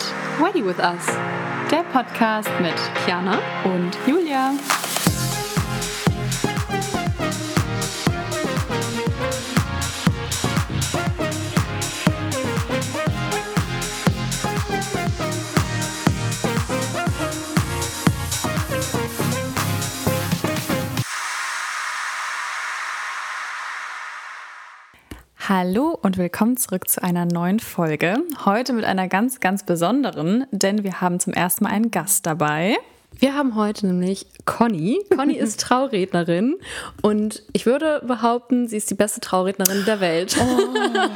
Ready With Us, der Podcast mit Kiana und Julia. Hallo und willkommen zurück zu einer neuen Folge. Heute mit einer ganz, ganz besonderen, denn wir haben zum ersten Mal einen Gast dabei. Wir haben heute nämlich Conny. Conny ist Traurednerin und ich würde behaupten, sie ist die beste Traurednerin der Welt. Oh.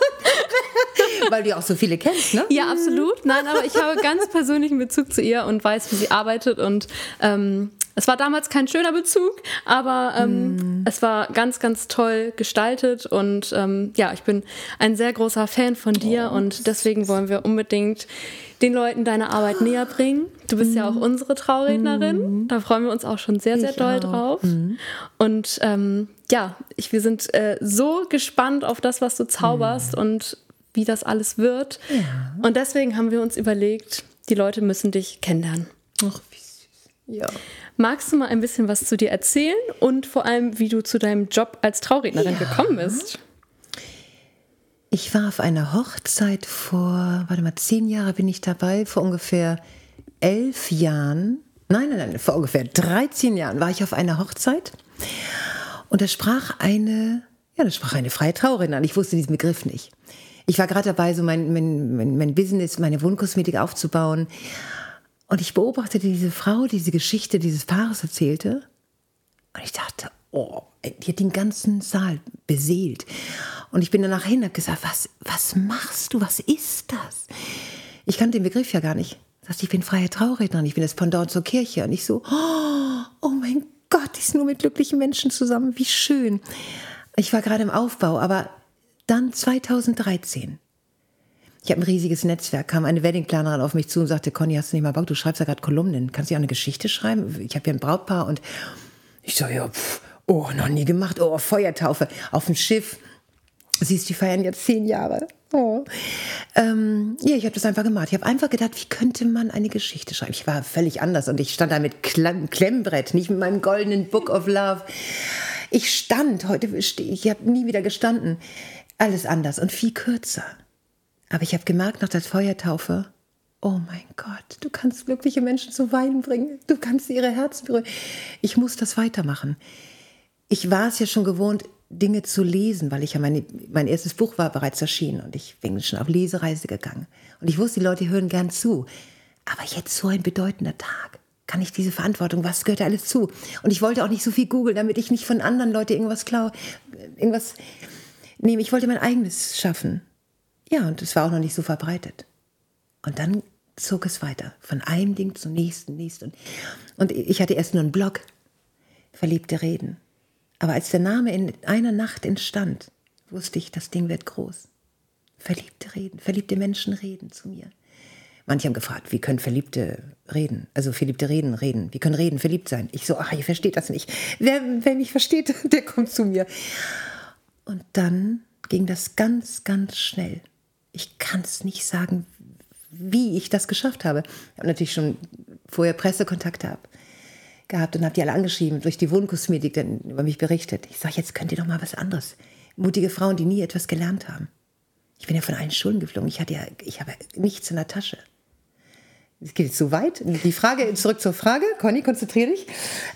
Weil du auch so viele kennst, ne? Ja, absolut. Nein, aber ich habe ganz persönlichen Bezug zu ihr und weiß, wie sie arbeitet und es war damals kein schöner Bezug, aber es war ganz, ganz toll gestaltet und ich bin ein sehr großer Fan von dir und deswegen wollen wir unbedingt den Leuten deine Arbeit näher bringen. Du bist ja auch unsere Traurednerin, da freuen wir uns auch schon sehr, sehr doll drauf. Und wir sind so gespannt auf das, was du zauberst und wie das alles wird. Ja. Und deswegen haben wir uns überlegt, die Leute müssen dich kennenlernen. Ach, wie süß. Ja. Magst du mal ein bisschen was zu dir erzählen und vor allem, wie du zu deinem Job als Traurednerin gekommen bist? Ich war auf einer Hochzeit vor 10 Jahre bin ich dabei, vor ungefähr 11 Jahren, vor ungefähr 13 Jahren war ich auf einer Hochzeit und da sprach eine freie Traurednerin. Ich wusste diesen Begriff nicht. Ich war gerade dabei, so mein Business, meine Wohnkosmetik aufzubauen. Und ich beobachtete diese Frau, diese Geschichte dieses Paares erzählte. Und ich dachte, die hat den ganzen Saal beseelt. Und ich bin danach hin und habe gesagt, was machst du? Was ist das? Ich kannte den Begriff ja gar nicht. Ich dachte, ich bin freie Traurednerin, ich bin das Pendant zur Kirche. Und ich so, oh mein Gott, die ist nur mit glücklichen Menschen zusammen, wie schön. Ich war gerade im Aufbau, aber dann 2013. Ich habe ein riesiges Netzwerk, kam eine Weddingplanerin auf mich zu und sagte, Conny, hast du nicht mal Bock, du schreibst ja gerade Kolumnen, kannst du ja auch eine Geschichte schreiben? Ich habe ja ein Brautpaar und ich so, noch nie gemacht, Feuertaufe auf dem Schiff. Siehst du, die feiern jetzt 10 Jahre. Ich habe das einfach gemacht. Ich habe einfach gedacht, wie könnte man eine Geschichte schreiben? Ich war völlig anders und ich stand da mit Klemmbrett, nicht mit meinem goldenen Book of Love. Ich habe nie wieder gestanden. Alles anders und viel kürzer. Aber ich habe gemerkt, nach der Feuertaufe, oh mein Gott, du kannst glückliche Menschen zu Weinen bringen. Du kannst ihre Herzen berühren. Ich muss das weitermachen. Ich war es ja schon gewohnt, Dinge zu lesen, weil ich ja mein erstes Buch war bereits erschienen und ich bin schon auf Lesereise gegangen. Und ich wusste, die Leute hören gern zu. Aber jetzt so ein bedeutender Tag. Kann ich diese Verantwortung, was gehört da alles zu? Und ich wollte auch nicht so viel googeln, damit ich nicht von anderen Leuten irgendwas klaue, ich wollte mein eigenes schaffen. Ja, und es war auch noch nicht so verbreitet. Und dann zog es weiter, von einem Ding zum nächsten. Und ich hatte erst nur einen Blog, Verliebte reden. Aber als der Name in einer Nacht entstand, wusste ich, das Ding wird groß. Verliebte reden, verliebte Menschen reden zu mir. Manche haben gefragt, wie können Verliebte reden? Also Verliebte reden. Wie können reden verliebt sein? Ich so, ihr versteht das nicht. Wer mich versteht, der kommt zu mir. Und dann ging das ganz, ganz schnell. Ich kann es nicht sagen, wie ich das geschafft habe. Ich habe natürlich schon vorher Pressekontakte gehabt und habe die alle angeschrieben, durch die Wohnkosmetik dann über mich berichtet. Ich sage, jetzt könnt ihr doch mal was anderes. Mutige Frauen, die nie etwas gelernt haben. Ich bin ja von allen Schulen geflogen. Ich habe nichts in der Tasche. Es geht jetzt so weit. Zurück zur Frage. Conny, konzentriere dich.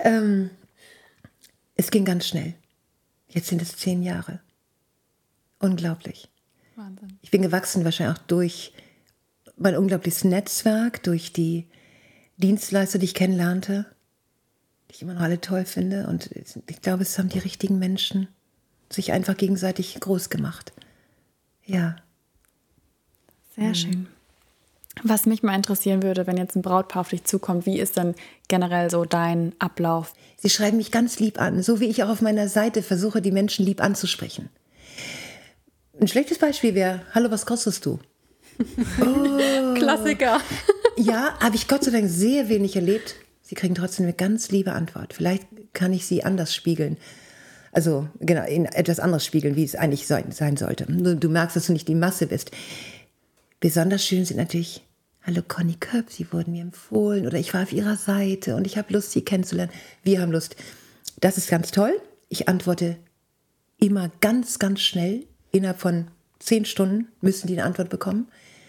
Es ging ganz schnell. Jetzt sind es 10 Jahre. Unglaublich. Wahnsinn. Ich bin gewachsen wahrscheinlich auch durch mein unglaubliches Netzwerk, durch die Dienstleister, die ich kennenlernte, die ich immer noch alle toll finde. Und ich glaube, es haben die richtigen Menschen sich einfach gegenseitig groß gemacht. Ja. Sehr schön. Was mich mal interessieren würde, wenn jetzt ein Brautpaar auf dich zukommt, wie ist denn generell so dein Ablauf? Sie schreiben mich ganz lieb an, so wie ich auch auf meiner Seite versuche, die Menschen lieb anzusprechen. Ein schlechtes Beispiel wäre, hallo, was kostest du? Klassiker. Ja, habe ich Gott sei Dank sehr wenig erlebt. Sie kriegen trotzdem eine ganz liebe Antwort. Vielleicht kann ich sie anders spiegeln. Also genau, in etwas anderes spiegeln, wie es eigentlich sein sollte. Du merkst, dass du nicht die Masse bist. Besonders schön sind natürlich, hallo Conny Köpp, Sie wurden mir empfohlen oder ich war auf Ihrer Seite und ich habe Lust, Sie kennenzulernen. Wir haben Lust. Das ist ganz toll. Ich antworte immer ganz, ganz schnell. Innerhalb von 10 Stunden müssen die eine Antwort bekommen.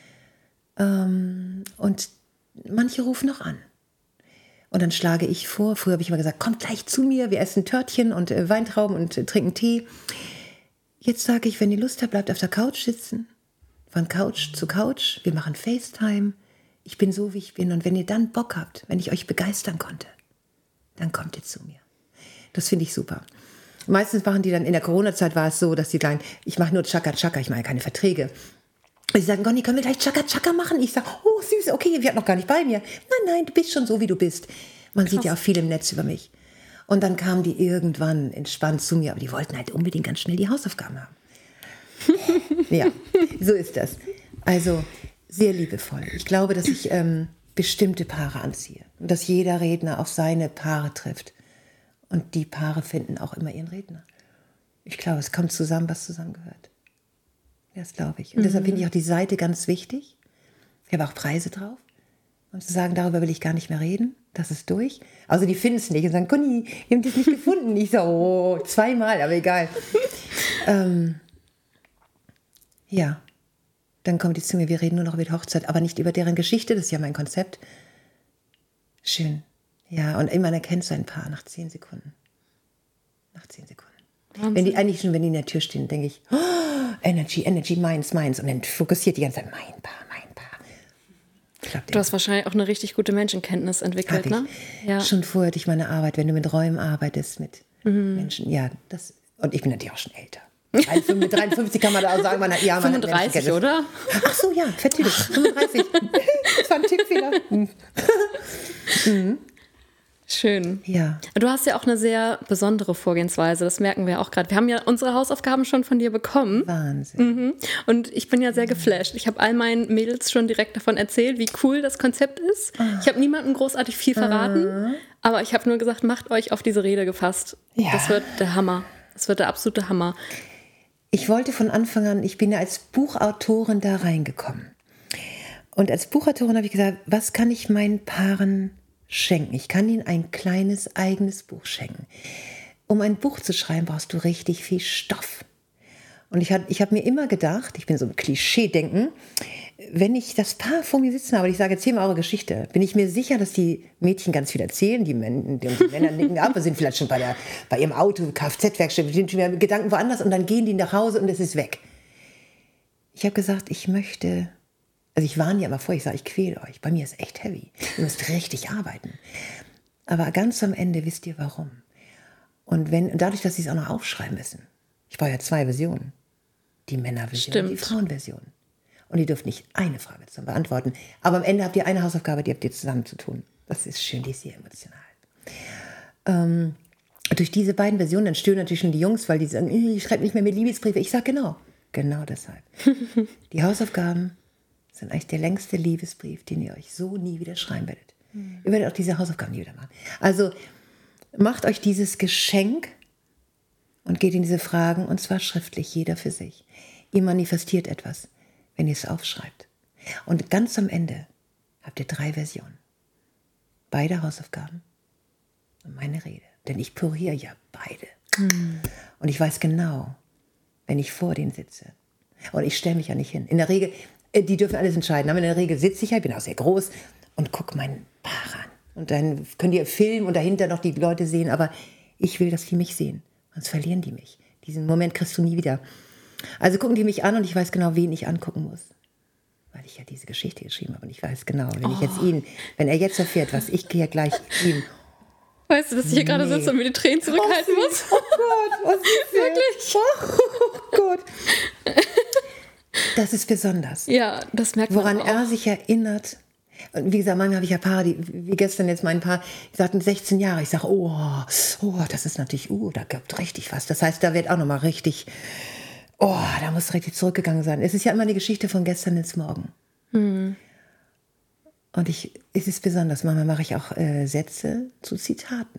Und manche rufen noch an. Und dann schlage ich vor, früher habe ich immer gesagt, kommt gleich zu mir, wir essen Törtchen und Weintrauben und trinken Tee. Jetzt sage ich, wenn ihr Lust habt, bleibt auf der Couch sitzen. Von Couch zu Couch, wir machen FaceTime. Ich bin so, wie ich bin. Und wenn ihr dann Bock habt, wenn ich euch begeistern konnte, dann kommt ihr zu mir. Das finde ich super. Meistens machen die dann, in der Corona-Zeit war es so, dass die sagen, ich mache nur Chaka-Chaka, ich mache keine Verträge. Und sie sagen, Conny, können wir gleich Chaka-Chaka machen? Ich sage, oh süß, okay, wir hatten noch gar nicht bei mir. Nein, du bist schon so, wie du bist. Man sieht ja auch viel im Netz über mich. Und dann kamen die irgendwann entspannt zu mir, aber die wollten halt unbedingt ganz schnell die Hausaufgaben haben. Ja, so ist das. Also sehr liebevoll. Ich glaube, dass ich bestimmte Paare anziehe. Und dass jeder Redner auf seine Paare trifft. Und die Paare finden auch immer ihren Redner. Ich glaube, es kommt zusammen, was zusammengehört. Das glaube ich. Und deshalb finde ich auch die Seite ganz wichtig. Ich habe auch Preise drauf. Und zu sagen, darüber will ich gar nicht mehr reden. Das ist durch. Also die finden es nicht und sagen, Conny, wir haben das nicht gefunden. Ich so, oh, 2-mal, aber egal. Ja, dann kommen die zu mir, wir reden nur noch über die Hochzeit, aber nicht über deren Geschichte, das ist ja mein Konzept. Schön. Ja, und man erkennt sein Paar nach 10 Sekunden. Nach 10 Sekunden. Wahnsinn. Wenn die in der Tür stehen, denke ich, oh, Energy, meins. Und dann fokussiert die ganze Zeit, mein Paar. Du hast wahrscheinlich auch eine richtig gute Menschenkenntnis entwickelt, ne? Ja. Schon vorher durch meine Arbeit, wenn du mit Räumen arbeitest, mit Menschen, ja, das, und ich bin natürlich auch schon älter. Mit 53 kann man da auch sagen, man hat 35, oder? Ach so, ja, natürlich, 35. Das war ein Tippfehler. Schön. Ja. Du hast ja auch eine sehr besondere Vorgehensweise, das merken wir auch gerade. Wir haben ja unsere Hausaufgaben schon von dir bekommen. Wahnsinn. Und ich bin ja sehr geflasht. Ich habe all meinen Mädels schon direkt davon erzählt, wie cool das Konzept ist. Ich habe niemandem großartig viel verraten, aber ich habe nur gesagt, macht euch auf diese Rede gefasst. Ja. Das wird der Hammer. Das wird der absolute Hammer. Ich wollte von Anfang an, ich bin ja als Buchautorin da reingekommen. Und als Buchautorin habe ich gesagt, was kann ich meinen Paaren schenken? Ich kann ihnen ein kleines eigenes Buch schenken. Um ein Buch zu schreiben, brauchst du richtig viel Stoff. Und ich hab mir immer gedacht, ich bin so ein Klischee-Denken, wenn ich das Paar vor mir sitzen habe und ich sage, erzähl mal eure Geschichte, bin ich mir sicher, dass die Mädchen ganz viel erzählen, die Männer nicken ab, sind vielleicht schon bei ihrem Auto, Kfz-Werkstatt, sind schon mit Gedanken woanders und dann gehen die nach Hause und es ist weg. Ich habe gesagt, ich warne ja immer vor, ich sage, ich quäle euch, bei mir ist echt heavy, ihr müsst richtig arbeiten. Aber ganz am Ende wisst ihr warum. Und dadurch, dass sie es auch noch aufschreiben müssen, ich brauche ja 2 Versionen, die Männerversion und die Frauenversion. Und ihr dürft nicht eine Frage zu beantworten. Aber am Ende habt ihr eine Hausaufgabe, die habt ihr zusammen zu tun. Das ist schön, die ist sehr emotional. Durch diese beiden Versionen, dann stören natürlich schon die Jungs, weil die sagen, ich schreibe nicht mehr mit Liebesbriefe. Ich sage genau deshalb. Die Hausaufgaben sind eigentlich der längste Liebesbrief, den ihr euch so nie wieder schreiben werdet. Ihr werdet auch diese Hausaufgaben nie wieder machen. Also macht euch dieses Geschenk und geht in diese Fragen, und zwar schriftlich, jeder für sich. Ihr manifestiert etwas, wenn ihr es aufschreibt. Und ganz am Ende habt ihr 3 Versionen. Beide Hausaufgaben und meine Rede. Denn ich puriere ja beide. Und ich weiß genau, wenn ich vor denen sitze, und ich stelle mich ja nicht hin. In der Regel, die dürfen alles entscheiden, aber in der Regel sitze ich halt, bin auch sehr groß und gucke mein Paar an. Und dann könnt ihr filmen und dahinter noch die Leute sehen, aber ich will, dass die mich sehen. Sonst verlieren die mich. Diesen Moment kriegst du nie wieder. Also gucken die mich an und ich weiß genau, wen ich angucken muss. Weil ich ja diese Geschichte geschrieben habe. Und ich weiß genau, wenn er jetzt erfährt, was ich ja gleich ihm. Weißt du, dass ich hier gerade sitze und mir die Tränen zurückhalten muss? Oh Gott, was ist Wirklich? Oh Gott. Das ist besonders. Ja, das merkt man Woran auch. er sich erinnert. Und wie gesagt, manchmal habe ich ja Paare, wie gestern jetzt mein Paar, die sagten 16 Jahre. Ich sage, oh, das ist natürlich, da gibt richtig was. Das heißt, da wird auch nochmal richtig, da muss richtig zurückgegangen sein. Es ist ja immer eine Geschichte von gestern ins Morgen. Und es ist besonders. Manchmal mache ich auch Sätze zu Zitaten.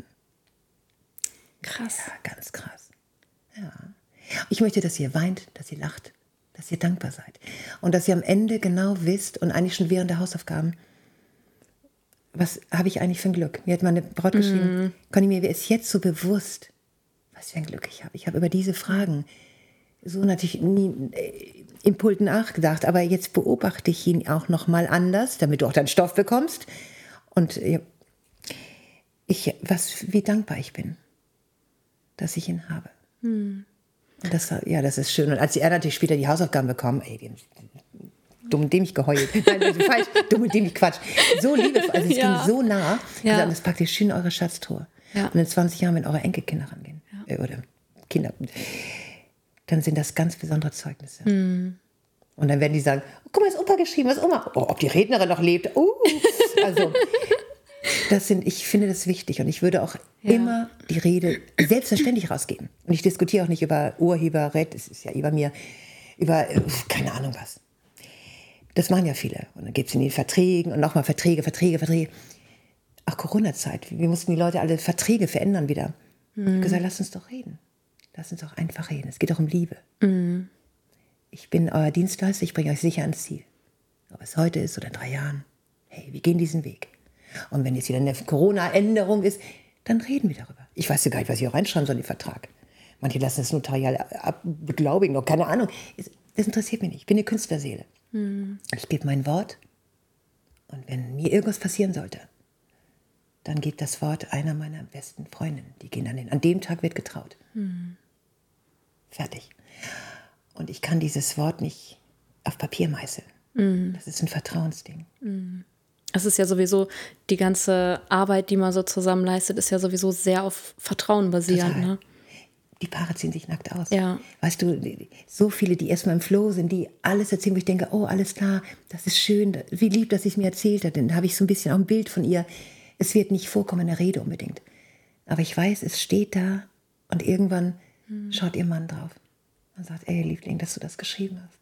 Krass. Ja, ganz krass. Ja. Ich möchte, dass ihr weint, dass ihr lacht, dass ihr dankbar seid. Und dass ihr am Ende genau wisst und eigentlich schon während der Hausaufgaben, was habe ich eigentlich für ein Glück? Mir hat meine Braut geschrieben, Conny, mir ist jetzt so bewusst, was für ein Glück ich habe. Ich habe über diese Fragen so natürlich nie im Pult nachgedacht, aber jetzt beobachte ich ihn auch noch mal anders, damit du auch deinen Stoff bekommst. Und wie dankbar ich bin, dass ich ihn habe. Und das ist schön. Und als er natürlich später die Hausaufgaben bekam, dumm und dämlich geheult. Nein, das ist falsch. Dumm und dämlich Quatsch. So liebevoll, also es ging so nah. Gesagt, das packt ihr schön in eure Schatztruhe. Ja. Und in 20 Jahren, wenn eure Enkelkinder rangehen, oder Kinder, dann sind das ganz besondere Zeugnisse. Und dann werden die sagen, oh, guck mal, ist Opa geschrieben, was Oma? Oh, ob die Rednerin noch lebt. Also, ich finde das wichtig. Und ich würde auch immer die Rede selbstverständlich rausgeben. Und ich diskutiere auch nicht über Urheberrecht, es ist ja über mir, über keine Ahnung was. Das machen ja viele. Und dann gibt es in den Verträgen und nochmal Verträge. Ach, Corona-Zeit. Wir mussten die Leute alle Verträge verändern wieder. Ich habe gesagt, lass uns doch reden. Lass uns doch einfach reden. Es geht doch um Liebe. Ich bin euer Dienstleister, ich bringe euch sicher ans Ziel. Ob es heute ist oder in 3 Jahren. Hey, wir gehen diesen Weg. Und wenn jetzt wieder eine Corona-Änderung ist, dann reden wir darüber. Ich weiß ja gar nicht, was ich auch reinschreiben soll in den Vertrag. Manche lassen es notarial beglaubigen, oder keine Ahnung. Das interessiert mich nicht. Ich bin eine Künstlerseele. Ich gebe mein Wort. Und wenn mir irgendwas passieren sollte, dann gibt das Wort einer meiner besten Freundinnen. Die gehen an dem Tag wird getraut. Fertig. Und ich kann dieses Wort nicht auf Papier meißeln. Das ist ein Vertrauensding. Es ist ja sowieso, die ganze Arbeit, die man so zusammen leistet, ist ja sowieso sehr auf Vertrauen basierend. Ne? Die Paare ziehen sich nackt aus. Ja. Weißt du, so viele, die erstmal im Flow sind, die alles erzählen, wo ich denke, oh, alles klar, das ist schön, wie lieb, dass sie es mir erzählt hat. Dann habe ich so ein bisschen auch ein Bild von ihr. Es wird nicht vorkommen in der Rede unbedingt. Aber ich weiß, es steht da und irgendwann schaut ihr Mann drauf und sagt, ey, Liebling, dass du das geschrieben hast.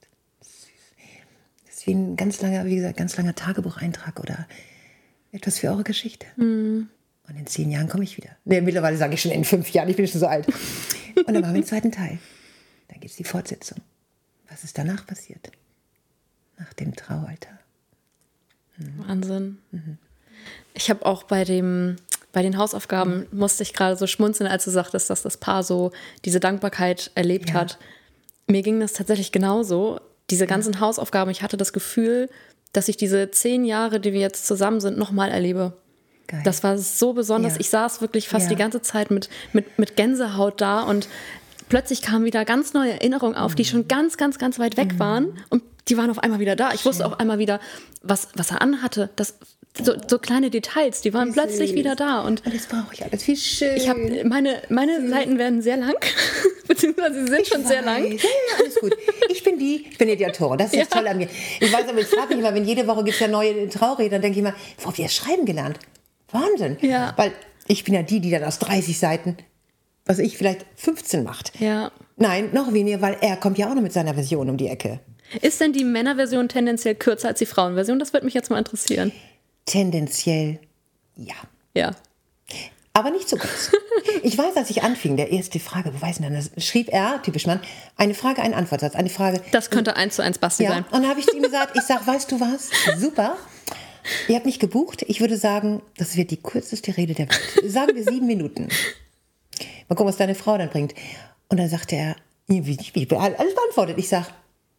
Das ist wie ein ganz langer Tagebucheintrag oder etwas für eure Geschichte. Und in 10 Jahren komme ich wieder. Nee, mittlerweile sage ich schon in 5 Jahren, ich bin schon so alt. Und dann machen wir den zweiten Teil. Dann gibt es die Fortsetzung. Was ist danach passiert? Nach dem Traualtar. Wahnsinn. Ich habe auch bei den Hausaufgaben musste ich gerade so schmunzeln, als du sagtest, dass das Paar so diese Dankbarkeit erlebt hat. Mir ging das tatsächlich genauso. Diese ganzen Hausaufgaben, ich hatte das Gefühl, dass ich diese 10 Jahre, die wir jetzt zusammen sind, nochmal erlebe. Geil. Das war so besonders. Ja. Ich saß wirklich fast die ganze Zeit mit Gänsehaut da und plötzlich kamen wieder ganz neue Erinnerungen auf, die schon ganz, ganz, ganz weit weg waren und die waren auf einmal wieder da. Ich wusste auf einmal wieder, was er anhatte. So kleine Details, die waren plötzlich wieder da. Und das brauche ich alles. Wie schön. Ich habe meine Seiten werden sehr lang, beziehungsweise sie sind schon sehr lang. Ja, alles gut. Ich bin die Autorin. Das ist das Tolle an mir. Ich weiß aber, ich frage mich immer, wenn jede Woche gibt es ja neue Traureden, dann denke ich immer, wo habt ihr das Schreiben gelernt? Wahnsinn. Ja. Weil ich bin ja die dann aus 30 Seiten, was ich vielleicht 15 macht. Ja. Nein, noch weniger, weil er kommt ja auch noch mit seiner Version um die Ecke. Ist denn die Männerversion tendenziell kürzer als die Frauenversion? Das würde mich jetzt mal interessieren. Tendenziell ja. Ja. Aber nicht so kurz. Ich weiß, als ich anfing, der erste Frage, wo weiß ich denn, das schrieb er, typisch Mann, eine Frage, ein Antwortsatz, eine Frage. Das könnte 1:1 Basti sein. Und dann habe ich zu ihm gesagt, weißt du was, super, ihr habt mich gebucht, ich würde sagen, das wird die kürzeste Rede der Welt. Sagen wir 7 Minuten. Mal gucken, was deine Frau dann bringt. Und dann sagte er, ich bin alles beantwortet. Ich sage,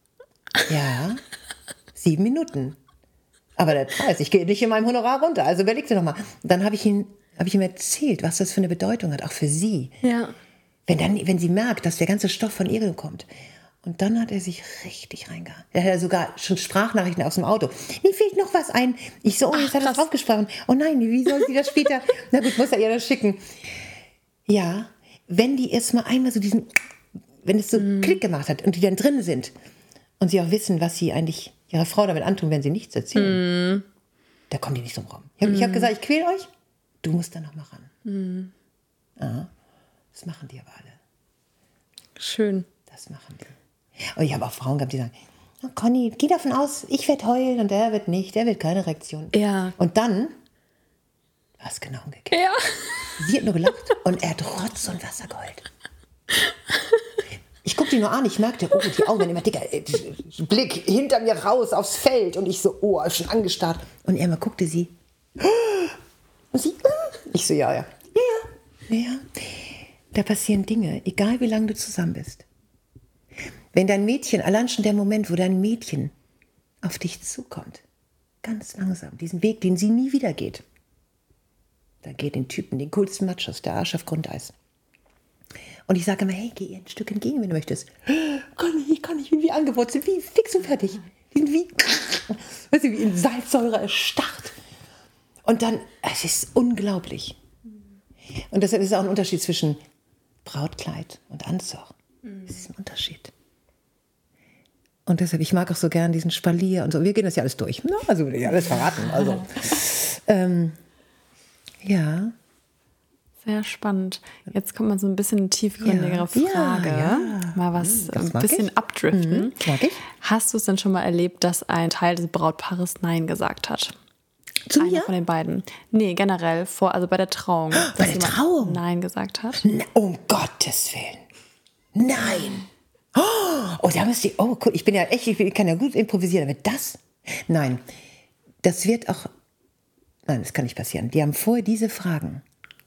ja, 7 Minuten. Aber der Preis, ich gehe nicht in meinem Honorar runter, also überleg dir nochmal. Dann habe ich ihm erzählt, was das für eine Bedeutung hat, auch für sie. Ja. Wenn sie merkt, dass der ganze Stoff von ihr kommt. Und dann hat er sich richtig reingehauen. Er hat sogar schon Sprachnachrichten aus dem Auto. Mir fehlt noch was ein. Ich so, jetzt hat er drauf gesprochen. Oh nein, wie soll sie das später? Na gut, muss er ihr das schicken. Ja, wenn die erst mal einmal so wenn es so Klick gemacht hat und die dann drin sind und sie auch wissen, was sie eigentlich ihrer Frau damit antun, wenn sie nichts erzählen, da kommen die nicht drum rum. Ich hab gesagt, ich quäle euch, du musst da noch mal ran. Ja, das machen die aber alle. Schön. Das machen die. Und ich habe auch Frauen gehabt, die sagen, oh, Conny, geh davon aus, ich werde heulen und der wird nicht, der wird keine Reaktion. Ja. Und dann war es genau umgekehrt. Ja. Sie hat nur gelacht und er hat Rotz und Wasser geheult. Ich guckte ihn nur an, ich merkte, oh, die Augen werden immer dicker. Blick hinter mir raus aufs Feld und ich so, oh, schon angestarrt. Und er mal guckte sie. Und sie, ich so, ja. Da passieren Dinge, egal wie lange du zusammen bist. Wenn dein Mädchen, allein schon der Moment, wo dein Mädchen auf dich zukommt, ganz langsam, diesen Weg, den sie nie wieder geht, da geht den Typen, den coolsten Machos, der Arsch auf Grundeis. Und ich sage immer, hey, geh ihr ein Stück entgegen, wenn du möchtest. Kann ich, bin wie angewurzelt, wie fix und fertig. Die sind wie in Salzsäure erstarrt. Und dann, es ist unglaublich. Und deshalb ist auch ein Unterschied zwischen Brautkleid und Anzug. Das ist ein Unterschied. Und deshalb, ich mag auch so gern diesen Spalier und so. Wir gehen das ja alles durch. Ne? Also, würde ich alles verraten. Also, ja. Sehr spannend. Jetzt kommt mal so ein bisschen eine tiefgründigere Frage. Mal was ein bisschen abdriften. Mag ich. Hast du es denn schon mal erlebt, dass ein Teil des Brautpaares Nein gesagt hat? Zu Einer mir? von den beiden. Nee, generell, also bei der Trauung. Bei der Trauung? Nein gesagt hat. Um Gottes Willen. Nein. Oh, da müsst ihr, oh, cool. Ich kann ja gut improvisieren, aber das? Nein. Das wird auch, nein, das kann nicht passieren. Die haben vorher diese Fragen.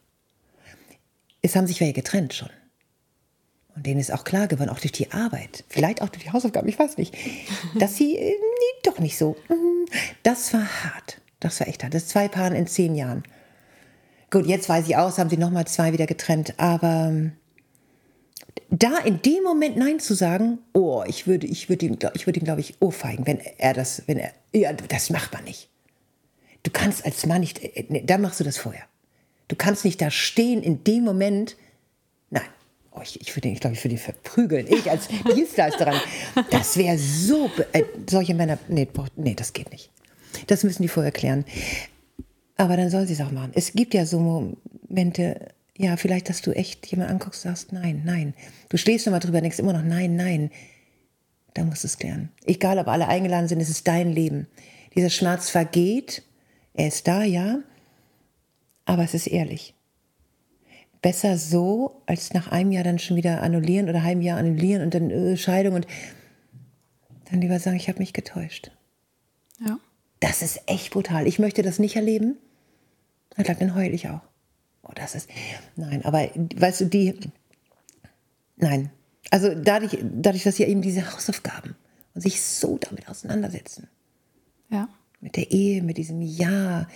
Es haben sich welche getrennt schon. Und denen ist auch klar geworden, auch durch die Arbeit, vielleicht auch durch die Hausaufgaben, ich weiß nicht, dass sie, nee, doch nicht so. Das war hart. Das war echt hart. Das ist 2 Paaren in 10 Jahren. Gut, jetzt weiß ich aus, haben sie nochmal 2 wieder getrennt. Aber da in dem Moment Nein zu sagen, oh, ich würde ihm, glaube ich, ohrfeigen, ja, das macht man nicht. Du kannst als Mann nicht, da machst du das vorher. Du kannst nicht da stehen in dem Moment, nein. Oh, ich würde ihn verprügeln. Ich als Dienstleisterin. Das wäre so, solche Männer, nee, das geht nicht. Das müssen die vorher klären. Aber dann sollen sie es auch machen. Es gibt ja so Momente, ja, vielleicht, dass du echt jemanden anguckst und sagst, nein. Du stehst nochmal drüber und denkst immer noch, nein. Da musst du es klären. Egal, ob alle eingeladen sind, es ist dein Leben. Dieser Schmerz vergeht, er ist da, ja, aber es ist ehrlich. Besser so, als nach einem Jahr dann schon wieder annullieren oder halben Jahr annullieren und dann Scheidung und dann lieber sagen, ich habe mich getäuscht. Ja. Das ist echt brutal. Ich möchte das nicht erleben. Ich glaube, dann heule ich auch. Oh, das ist, nein, aber weißt du, nein. Also dadurch, dass sie eben diese Hausaufgaben und sich so damit auseinandersetzen. Ja. Mit der Ehe, mit diesem Ja.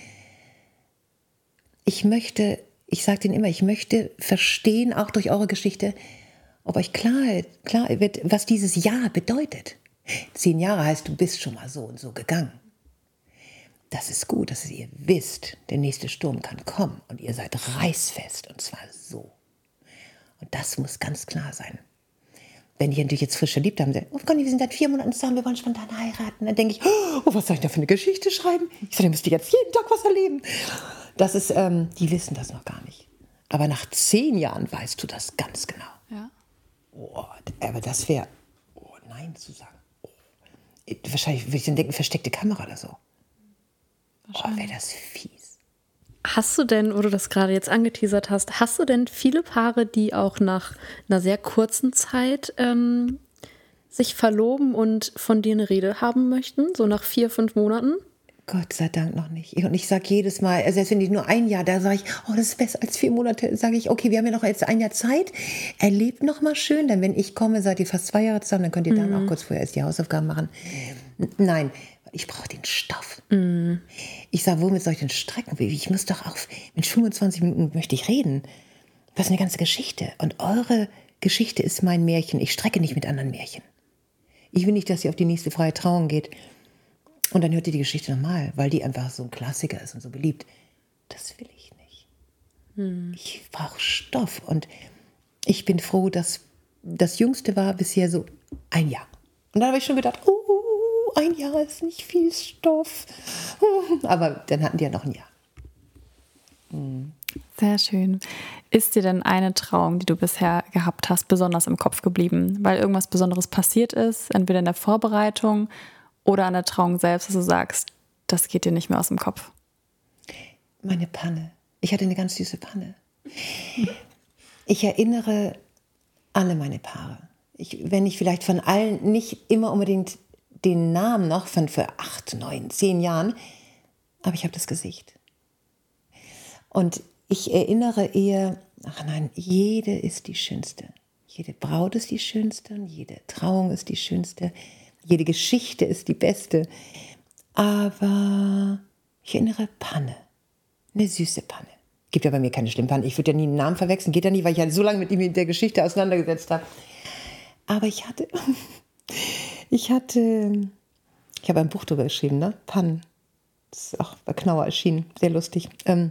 Ich sage denen immer, ich möchte verstehen, auch durch eure Geschichte, ob euch klar wird, was dieses Ja bedeutet. 10 Jahre heißt, du bist schon mal so und so gegangen. Das ist gut, dass ihr wisst, der nächste Sturm kann kommen und ihr seid reißfest und zwar so. Und das muss ganz klar sein. Wenn die natürlich jetzt frisch verliebt haben, sagen, oh Gott, wir sind seit 4 Monaten zusammen, wir wollen spontan heiraten. Dann denke ich, oh, was soll ich da für eine Geschichte schreiben? Ich sage, ihr müsst jetzt jeden Tag was erleben. Das ist, die wissen das noch gar nicht. Aber nach 10 Jahren weißt du das ganz genau. Ja. Oh, aber das wäre, Nein zu sagen. Oh. Wahrscheinlich würde ich dann denken, versteckte Kamera oder so. Oh, wäre das fies. Hast du denn, wo du das gerade jetzt angeteasert hast du denn viele Paare, die auch nach einer sehr kurzen Zeit sich verloben und von dir eine Rede haben möchten, so nach 4, 5 Monaten? Gott sei Dank noch nicht. Und ich sage jedes Mal, selbst wenn ich nur 1 Jahr, da sage ich, oh, das ist besser als 4 Monate. Sage ich, okay, wir haben ja noch jetzt 1 Jahr Zeit. Erlebt noch mal schön, denn wenn ich komme, seid ihr fast 2 Jahre zusammen, dann könnt ihr dann auch kurz vorher erst die Hausaufgaben machen. Nein, ich brauche den Stoff. Ich sage, womit soll ich denn strecken? Ich muss doch auf, mit 25 Minuten möchte ich reden. Das ist eine ganze Geschichte. Und eure Geschichte ist mein Märchen. Ich strecke nicht mit anderen Märchen. Ich will nicht, dass ihr auf die nächste freie Trauung geht. Und dann hört ihr die Geschichte nochmal, weil die einfach so ein Klassiker ist und so beliebt. Das will ich nicht. Ich brauche Stoff. Und ich bin froh, dass das Jüngste war bisher so 1 Jahr. Und dann habe ich schon gedacht, 1 Jahr ist nicht viel Stoff. Aber dann hatten die ja noch 1 Jahr. Sehr schön. Ist dir denn eine Trauung, die du bisher gehabt hast, besonders im Kopf geblieben? Weil irgendwas Besonderes passiert ist, entweder in der Vorbereitung oder an der Trauung selbst, dass du sagst, das geht dir nicht mehr aus dem Kopf? Meine Panne. Ich hatte eine ganz süße Panne. Ich erinnere alle meine Paare. wenn ich vielleicht von allen nicht immer unbedingt den Namen noch von vor 8, 9, 10 Jahren, aber ich habe das Gesicht. Und ich erinnere eher, ach nein, jede ist die Schönste. Jede Braut ist die Schönste und jede Trauung ist die Schönste. Jede Geschichte ist die beste. Aber ich erinnere Panne, eine süße Panne. Gibt ja bei mir keine schlimme Panne. Ich würde ja nie einen Namen verwechseln, geht ja nie, weil ich ja so lange mit ihm in der Geschichte auseinandergesetzt habe. Aber ich habe ein Buch darüber geschrieben, ne? Pannen. Das ist auch bei Knauer erschienen, sehr lustig.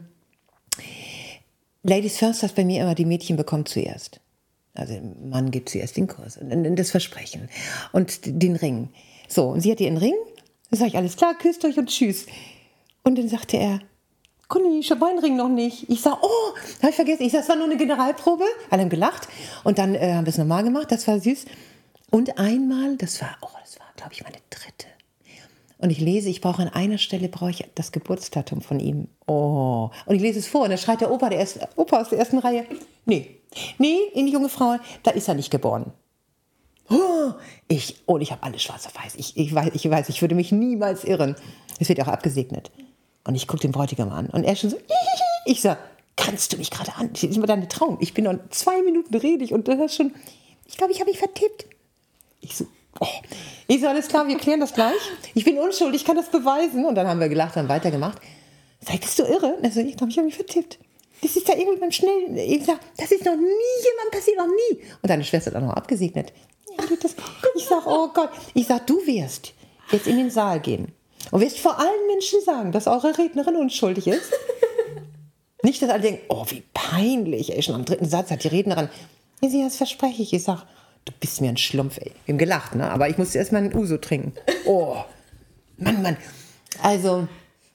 Ladies First heißt bei mir immer, die Mädchen bekommen zuerst. Also der Mann gibt zuerst den Kurs und das Versprechen und den Ring. So, und sie hat ihren Ring. Dann sage ich, alles klar, küsst euch und tschüss. Und dann sagte er, Conny, ich habe meinen Ring noch nicht. Ich sage, oh, habe ich vergessen. Ich sage, es war nur eine Generalprobe. Alle haben gelacht. Und dann haben wir es nochmal gemacht. Das war süß. Und einmal, das war, glaube ich, meine 3. Und ich lese, ich brauche an einer Stelle das Geburtsdatum von ihm. Oh. Und ich lese es vor. Und dann schreit der Opa aus der ersten Reihe, nee, in die junge Frau, da ist er nicht geboren. Oh, ich habe alles schwarz auf weiß. Ich weiß, ich würde mich niemals irren. Es wird auch abgesegnet. Und ich gucke den Bräutigam an. Und er schon so, ich sage, kannst du mich gerade an? Das ist immer deine Traum. Ich bin noch 2 Minuten redig und das ist schon, ich glaube, ich habe mich vertippt. Ich so, alles klar, wir klären das gleich. Ich bin unschuldig, ich kann das beweisen. Und dann haben wir gelacht, haben weitergemacht. Sag ich, bist du irre? Und er so, ich glaube, ich habe mich vertippt. Das ist da irgendwie beim Schnellen. Ich sage, das ist noch nie jemand passiert, noch nie. Und deine Schwester hat auch noch abgesegnet. Ich sage, oh Gott. Ich sage, du wirst jetzt in den Saal gehen und wirst vor allen Menschen sagen, dass eure Rednerin unschuldig ist. Nicht, dass alle denken, oh, wie peinlich. Ey, schon am 3. Satz hat die Rednerin, das verspreche ich. Ich sage, du bist mir ein Schlumpf, ey. Wir haben gelacht, ne? Aber ich musste erst mal einen Uso trinken. Oh, Mann. Also,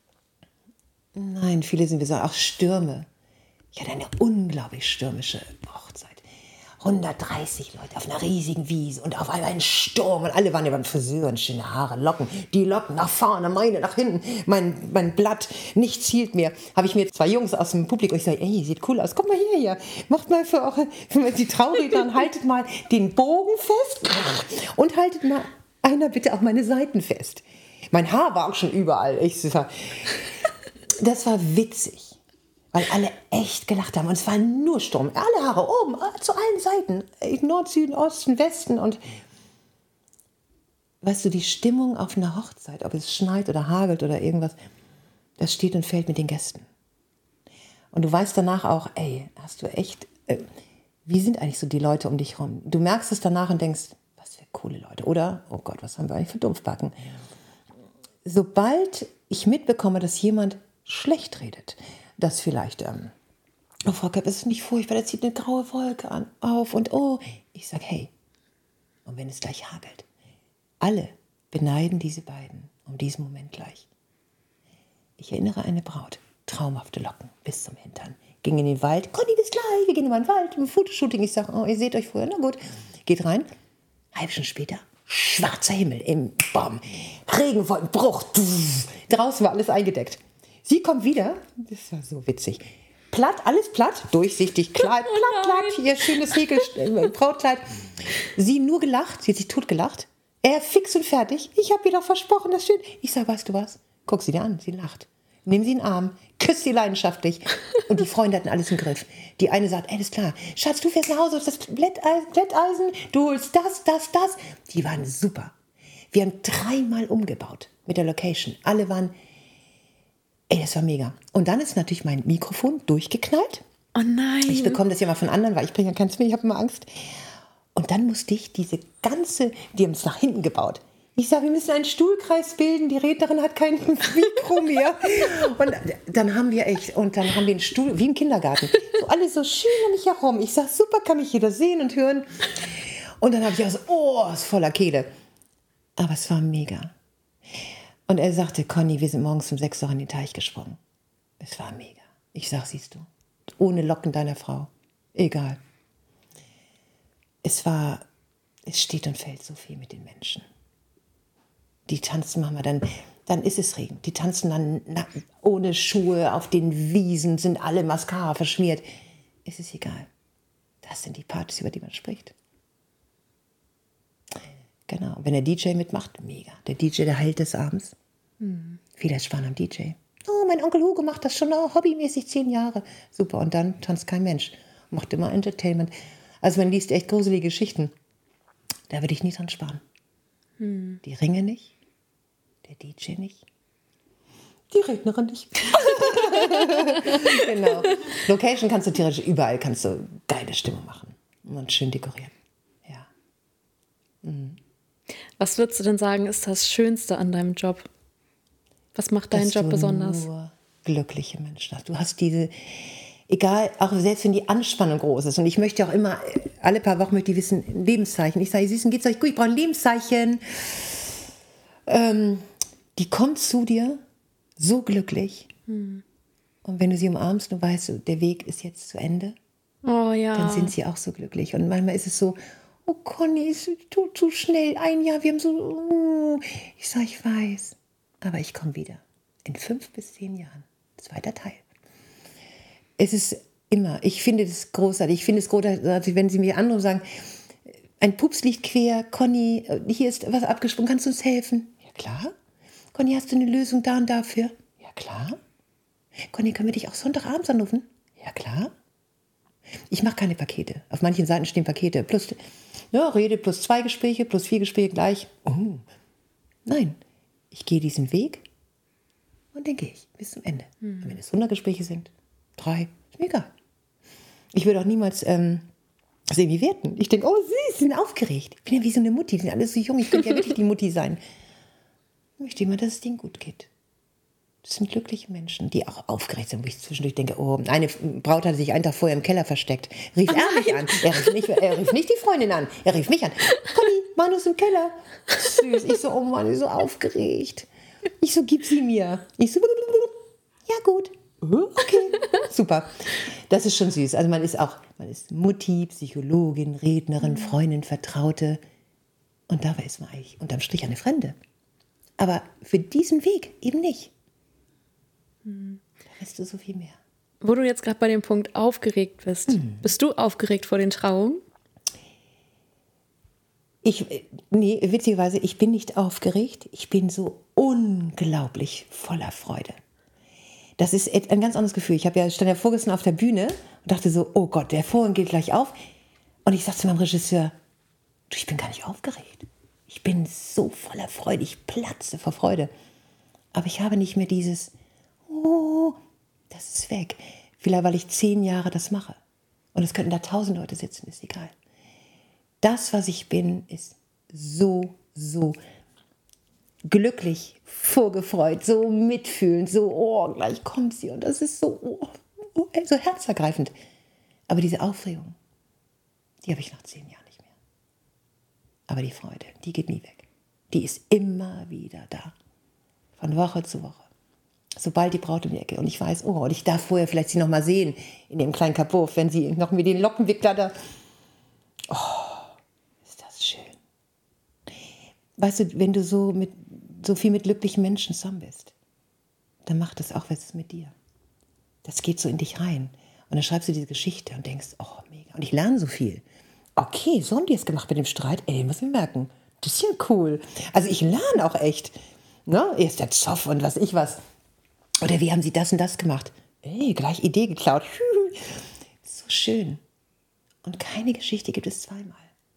nein, viele sind gesagt, auch Stürme. Ich hatte eine unglaublich stürmische Hochzeit. 130 Leute auf einer riesigen Wiese und auf einmal ein Sturm und alle waren ja beim Friseur und schöne Haare, Locken. Die Locken nach vorne, meine nach hinten, mein Blatt, nichts hielt mir. Habe ich mir 2 Jungs aus dem Publikum, ich sage, ey, sieht cool aus, komm mal her, macht mal für die Trauredner und haltet mal den Bogen fest und haltet mal einer bitte auch meine Seiten fest. Mein Haar war auch schon überall. Das war witzig. Weil alle echt gelacht haben. Und es war nur Sturm. Alle Haare oben, zu allen Seiten. Nord, Süden, Osten, Westen. Und weißt du, die Stimmung auf einer Hochzeit, ob es schneit oder hagelt oder irgendwas, das steht und fällt mit den Gästen. Und du weißt danach auch, ey, hast du echt, wie sind eigentlich so die Leute um dich rum? Du merkst es danach und denkst, was für coole Leute. Oder, oh Gott, was haben wir eigentlich für Dumpfbacken? Sobald ich mitbekomme, dass jemand schlecht redet, dass vielleicht, oh Frau Köpp, es ist nicht furchtbar, da zieht eine graue Wolke auf und oh, ich sage, hey, und wenn es gleich hagelt, alle beneiden diese beiden um diesen Moment gleich. Ich erinnere eine Braut, traumhafte Locken bis zum Hintern, ging in den Wald, Conny, bis gleich, wir gehen in den Wald, im Fotoshooting, ich sage, oh, ihr seht euch vorher, na gut, geht rein, halb Stunde später, schwarzer Himmel, im Baum, Regenwolkenbruch, draußen war alles eingedeckt. Sie kommt wieder, das war so witzig. Platt, alles platt, durchsichtig, platt, ihr schönes Brautkleid. Sie nur gelacht, sie hat sich totgelacht. Er fix und fertig. Ich habe ihr doch versprochen, das stimmt. Ich sage, weißt du was? Guck sie dir an, sie lacht. Nimm sie in den Arm, küss sie leidenschaftlich. Und die Freunde hatten alles im Griff. Die eine sagt, alles klar, Schatz, du fährst nach Hause, das Glätteisen, du holst das. Die waren super. Wir haben 3-mal umgebaut mit der Location. Alle waren... Ey, das war mega. Und dann ist natürlich mein Mikrofon durchgeknallt. Oh nein. Ich bekomme das ja mal von anderen, weil ich bringe ja keins mehr, ich habe immer Angst. Und dann musste ich die haben es nach hinten gebaut. Ich sage, wir müssen einen Stuhlkreis bilden, die Rednerin hat kein Mikro mehr. Und dann haben wir einen Stuhl, wie im Kindergarten. So alle so schön um mich herum. Ich sage, super, kann mich jeder sehen und hören. Und dann habe ich auch so, oh, ist voller Kehle. Aber es war mega. Und er sagte, Conny, wir sind morgens um 6 Uhr in den Teich gesprungen. Es war mega. Ich sag, siehst du, ohne Locken deiner Frau. Egal. Es steht und fällt so viel mit den Menschen. Die tanzen manchmal, dann ist es Regen. Die tanzen dann ohne Schuhe auf den Wiesen, sind alle Mascara verschmiert. Es ist egal. Das sind die Partys, über die man spricht. Genau. Wenn der DJ mitmacht, mega. Der DJ, der Held des Abends. Viele sparen am DJ. Oh, mein Onkel Hugo macht das schon hobbymäßig 10 Jahre. Super, und dann tanzt kein Mensch. Macht immer Entertainment. Also man liest echt gruselige Geschichten. Da würde ich nie dran sparen. Die Ringe nicht, der DJ nicht, die Rednerin nicht. Genau. Location kannst du theoretisch überall, kannst du geile Stimmung machen und schön dekorieren. Ja. Was würdest du denn sagen, ist das Schönste an deinem Job? Was macht deinen Job besonders? Nur glückliche Menschen hast. Du hast diese, egal, auch selbst wenn die Anspannung groß ist. Und ich möchte auch immer, alle paar Wochen möchte ich wissen, ein Lebenszeichen. Ich sage, Süßen, geht's euch gut? Ich brauche ein Lebenszeichen. Die kommt zu dir so glücklich. Und wenn du sie umarmst, du weißt, der Weg ist jetzt zu Ende. Oh ja. Dann sind sie auch so glücklich. Und manchmal ist es so, oh Conny, es tut zu schnell. Ein Jahr, wir haben so, ich sage, ich weiß. Aber ich komme wieder. In 5 bis 10 Jahren. 2. Teil. Es ist immer, ich finde das großartig. Ich finde es großartig, wenn sie mir andere sagen, ein Pups liegt quer, Conny, hier ist was abgesprungen, kannst du uns helfen? Ja, klar. Conny, hast du eine Lösung da und dafür? Ja, klar. Conny, können wir dich auch Sonntagabends anrufen? Ja, klar. Ich mache keine Pakete. Auf manchen Seiten stehen Pakete. Plus, ja, Rede plus 2 Gespräche, plus 4 Gespräche gleich. Oh. Nein, ich gehe diesen Weg und dann gehe ich bis zum Ende. Und wenn es 100 Gespräche sind, 3, ist mir egal. Ich würde auch niemals sie bewerten. Ich denke, oh, sie sind aufgeregt. Ich bin ja wie so eine Mutti, die sind alle so jung. Ich könnte ja wirklich die Mutti sein. Ich möchte immer, dass es denen gut geht. Das sind glückliche Menschen, die auch aufgeregt sind, wo ich zwischendurch denke, oh, eine Braut hatte sich einen Tag vorher im Keller versteckt. Rief er mich an. Er rief nicht die Freundin an. Er rief mich an. Conny, Manu ist im Keller. Süß. Ich so, oh Mann, ich bin so aufgeregt. Ich so, gib sie mir. Ich so, ja gut. Okay, super. Das ist schon süß. Also man ist Mutti, Psychologin, Rednerin, Freundin, Vertraute. Und dabei ist man eigentlich unterm Strich eine Fremde. Aber für diesen Weg eben nicht. Da weißt du so viel mehr. Wo du jetzt gerade bei dem Punkt aufgeregt bist, bist du aufgeregt vor den Trauungen? Nee, witzigerweise, ich bin nicht aufgeregt. Ich bin so unglaublich voller Freude. Das ist ein ganz anderes Gefühl. Stand ja vorgestern auf der Bühne und dachte so, oh Gott, der Vorhang geht gleich auf. Und ich sagte zu meinem Regisseur, du, ich bin gar nicht aufgeregt. Ich bin so voller Freude, ich platze vor Freude. Aber ich habe nicht mehr dieses, oh, das ist weg. Vielleicht, weil ich 10 Jahre das mache. Und es könnten da 1000 Leute sitzen, ist egal. Das, was ich bin, ist so glücklich, vorgefreut, so mitfühlend, so, oh, gleich kommt sie. Und das ist so herzergreifend. Aber diese Aufregung, die habe ich nach 10 Jahren nicht mehr. Aber die Freude, die geht nie weg. Die ist immer wieder da. Von Woche zu Woche. Sobald die Braut um die Ecke. Und ich weiß, oh, und ich darf vorher vielleicht sie noch mal sehen, in dem kleinen Kapuff, wenn sie noch mit den Lockenwickler da. Oh, ist das schön. Weißt du, wenn du so viel mit glücklichen Menschen zusammen bist, dann macht das auch was mit dir. Das geht so in dich rein. Und dann schreibst du diese Geschichte und denkst, oh, mega. Und ich lerne so viel. Okay, so haben die es gemacht mit dem Streit. Ey, den muss ich merken. Das ist ja cool. Also ich lerne auch echt. Ne? Erst der Zoff und was ich was. Oder wie haben sie das und das gemacht? Ey, gleich Idee geklaut. So schön. Und keine Geschichte gibt es zweimal.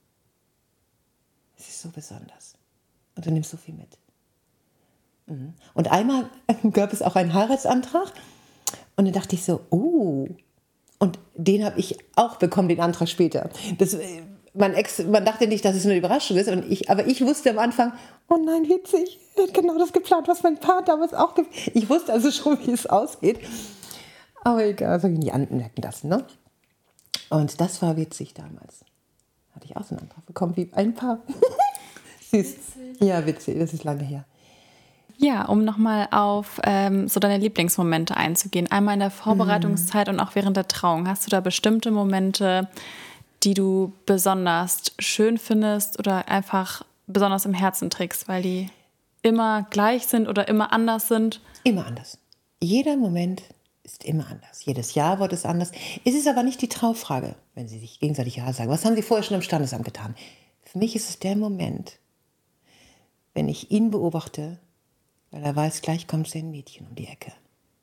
Es ist so besonders. Und du nimmst so viel mit. Und einmal gab es auch einen Heiratsantrag. Und dann dachte ich so, oh. Und den habe ich auch bekommen, den Antrag später. Man dachte nicht, dass es eine Überraschung ist. Aber ich wusste am Anfang, oh nein, witzig. Er hat genau das geplant, was mein Paar damals auch Ich wusste also schon, wie es ausgeht. Aber egal, das habe ich nicht anmerken lassen. Ne? Und das war witzig damals. Hatte ich auch so einen Antrag bekommen, wie ein Paar. Süß. Witzig. Ja, witzig. Das ist lange her. Ja, um nochmal auf so deine Lieblingsmomente einzugehen. Einmal in der Vorbereitungszeit und auch während der Trauung. Hast du da bestimmte Momente, die du besonders schön findest oder einfach besonders im Herzen trägst, weil die immer gleich sind oder immer anders sind? Immer anders. Jeder Moment ist immer anders. Jedes Jahr wird es anders. Es ist aber nicht die Traufrage, wenn sie sich gegenseitig Ja sagen. Was haben sie vorher schon im Standesamt getan? Für mich ist es der Moment, wenn ich ihn beobachte, weil er weiß, gleich kommt sein Mädchen um die Ecke.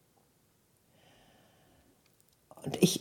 Und ich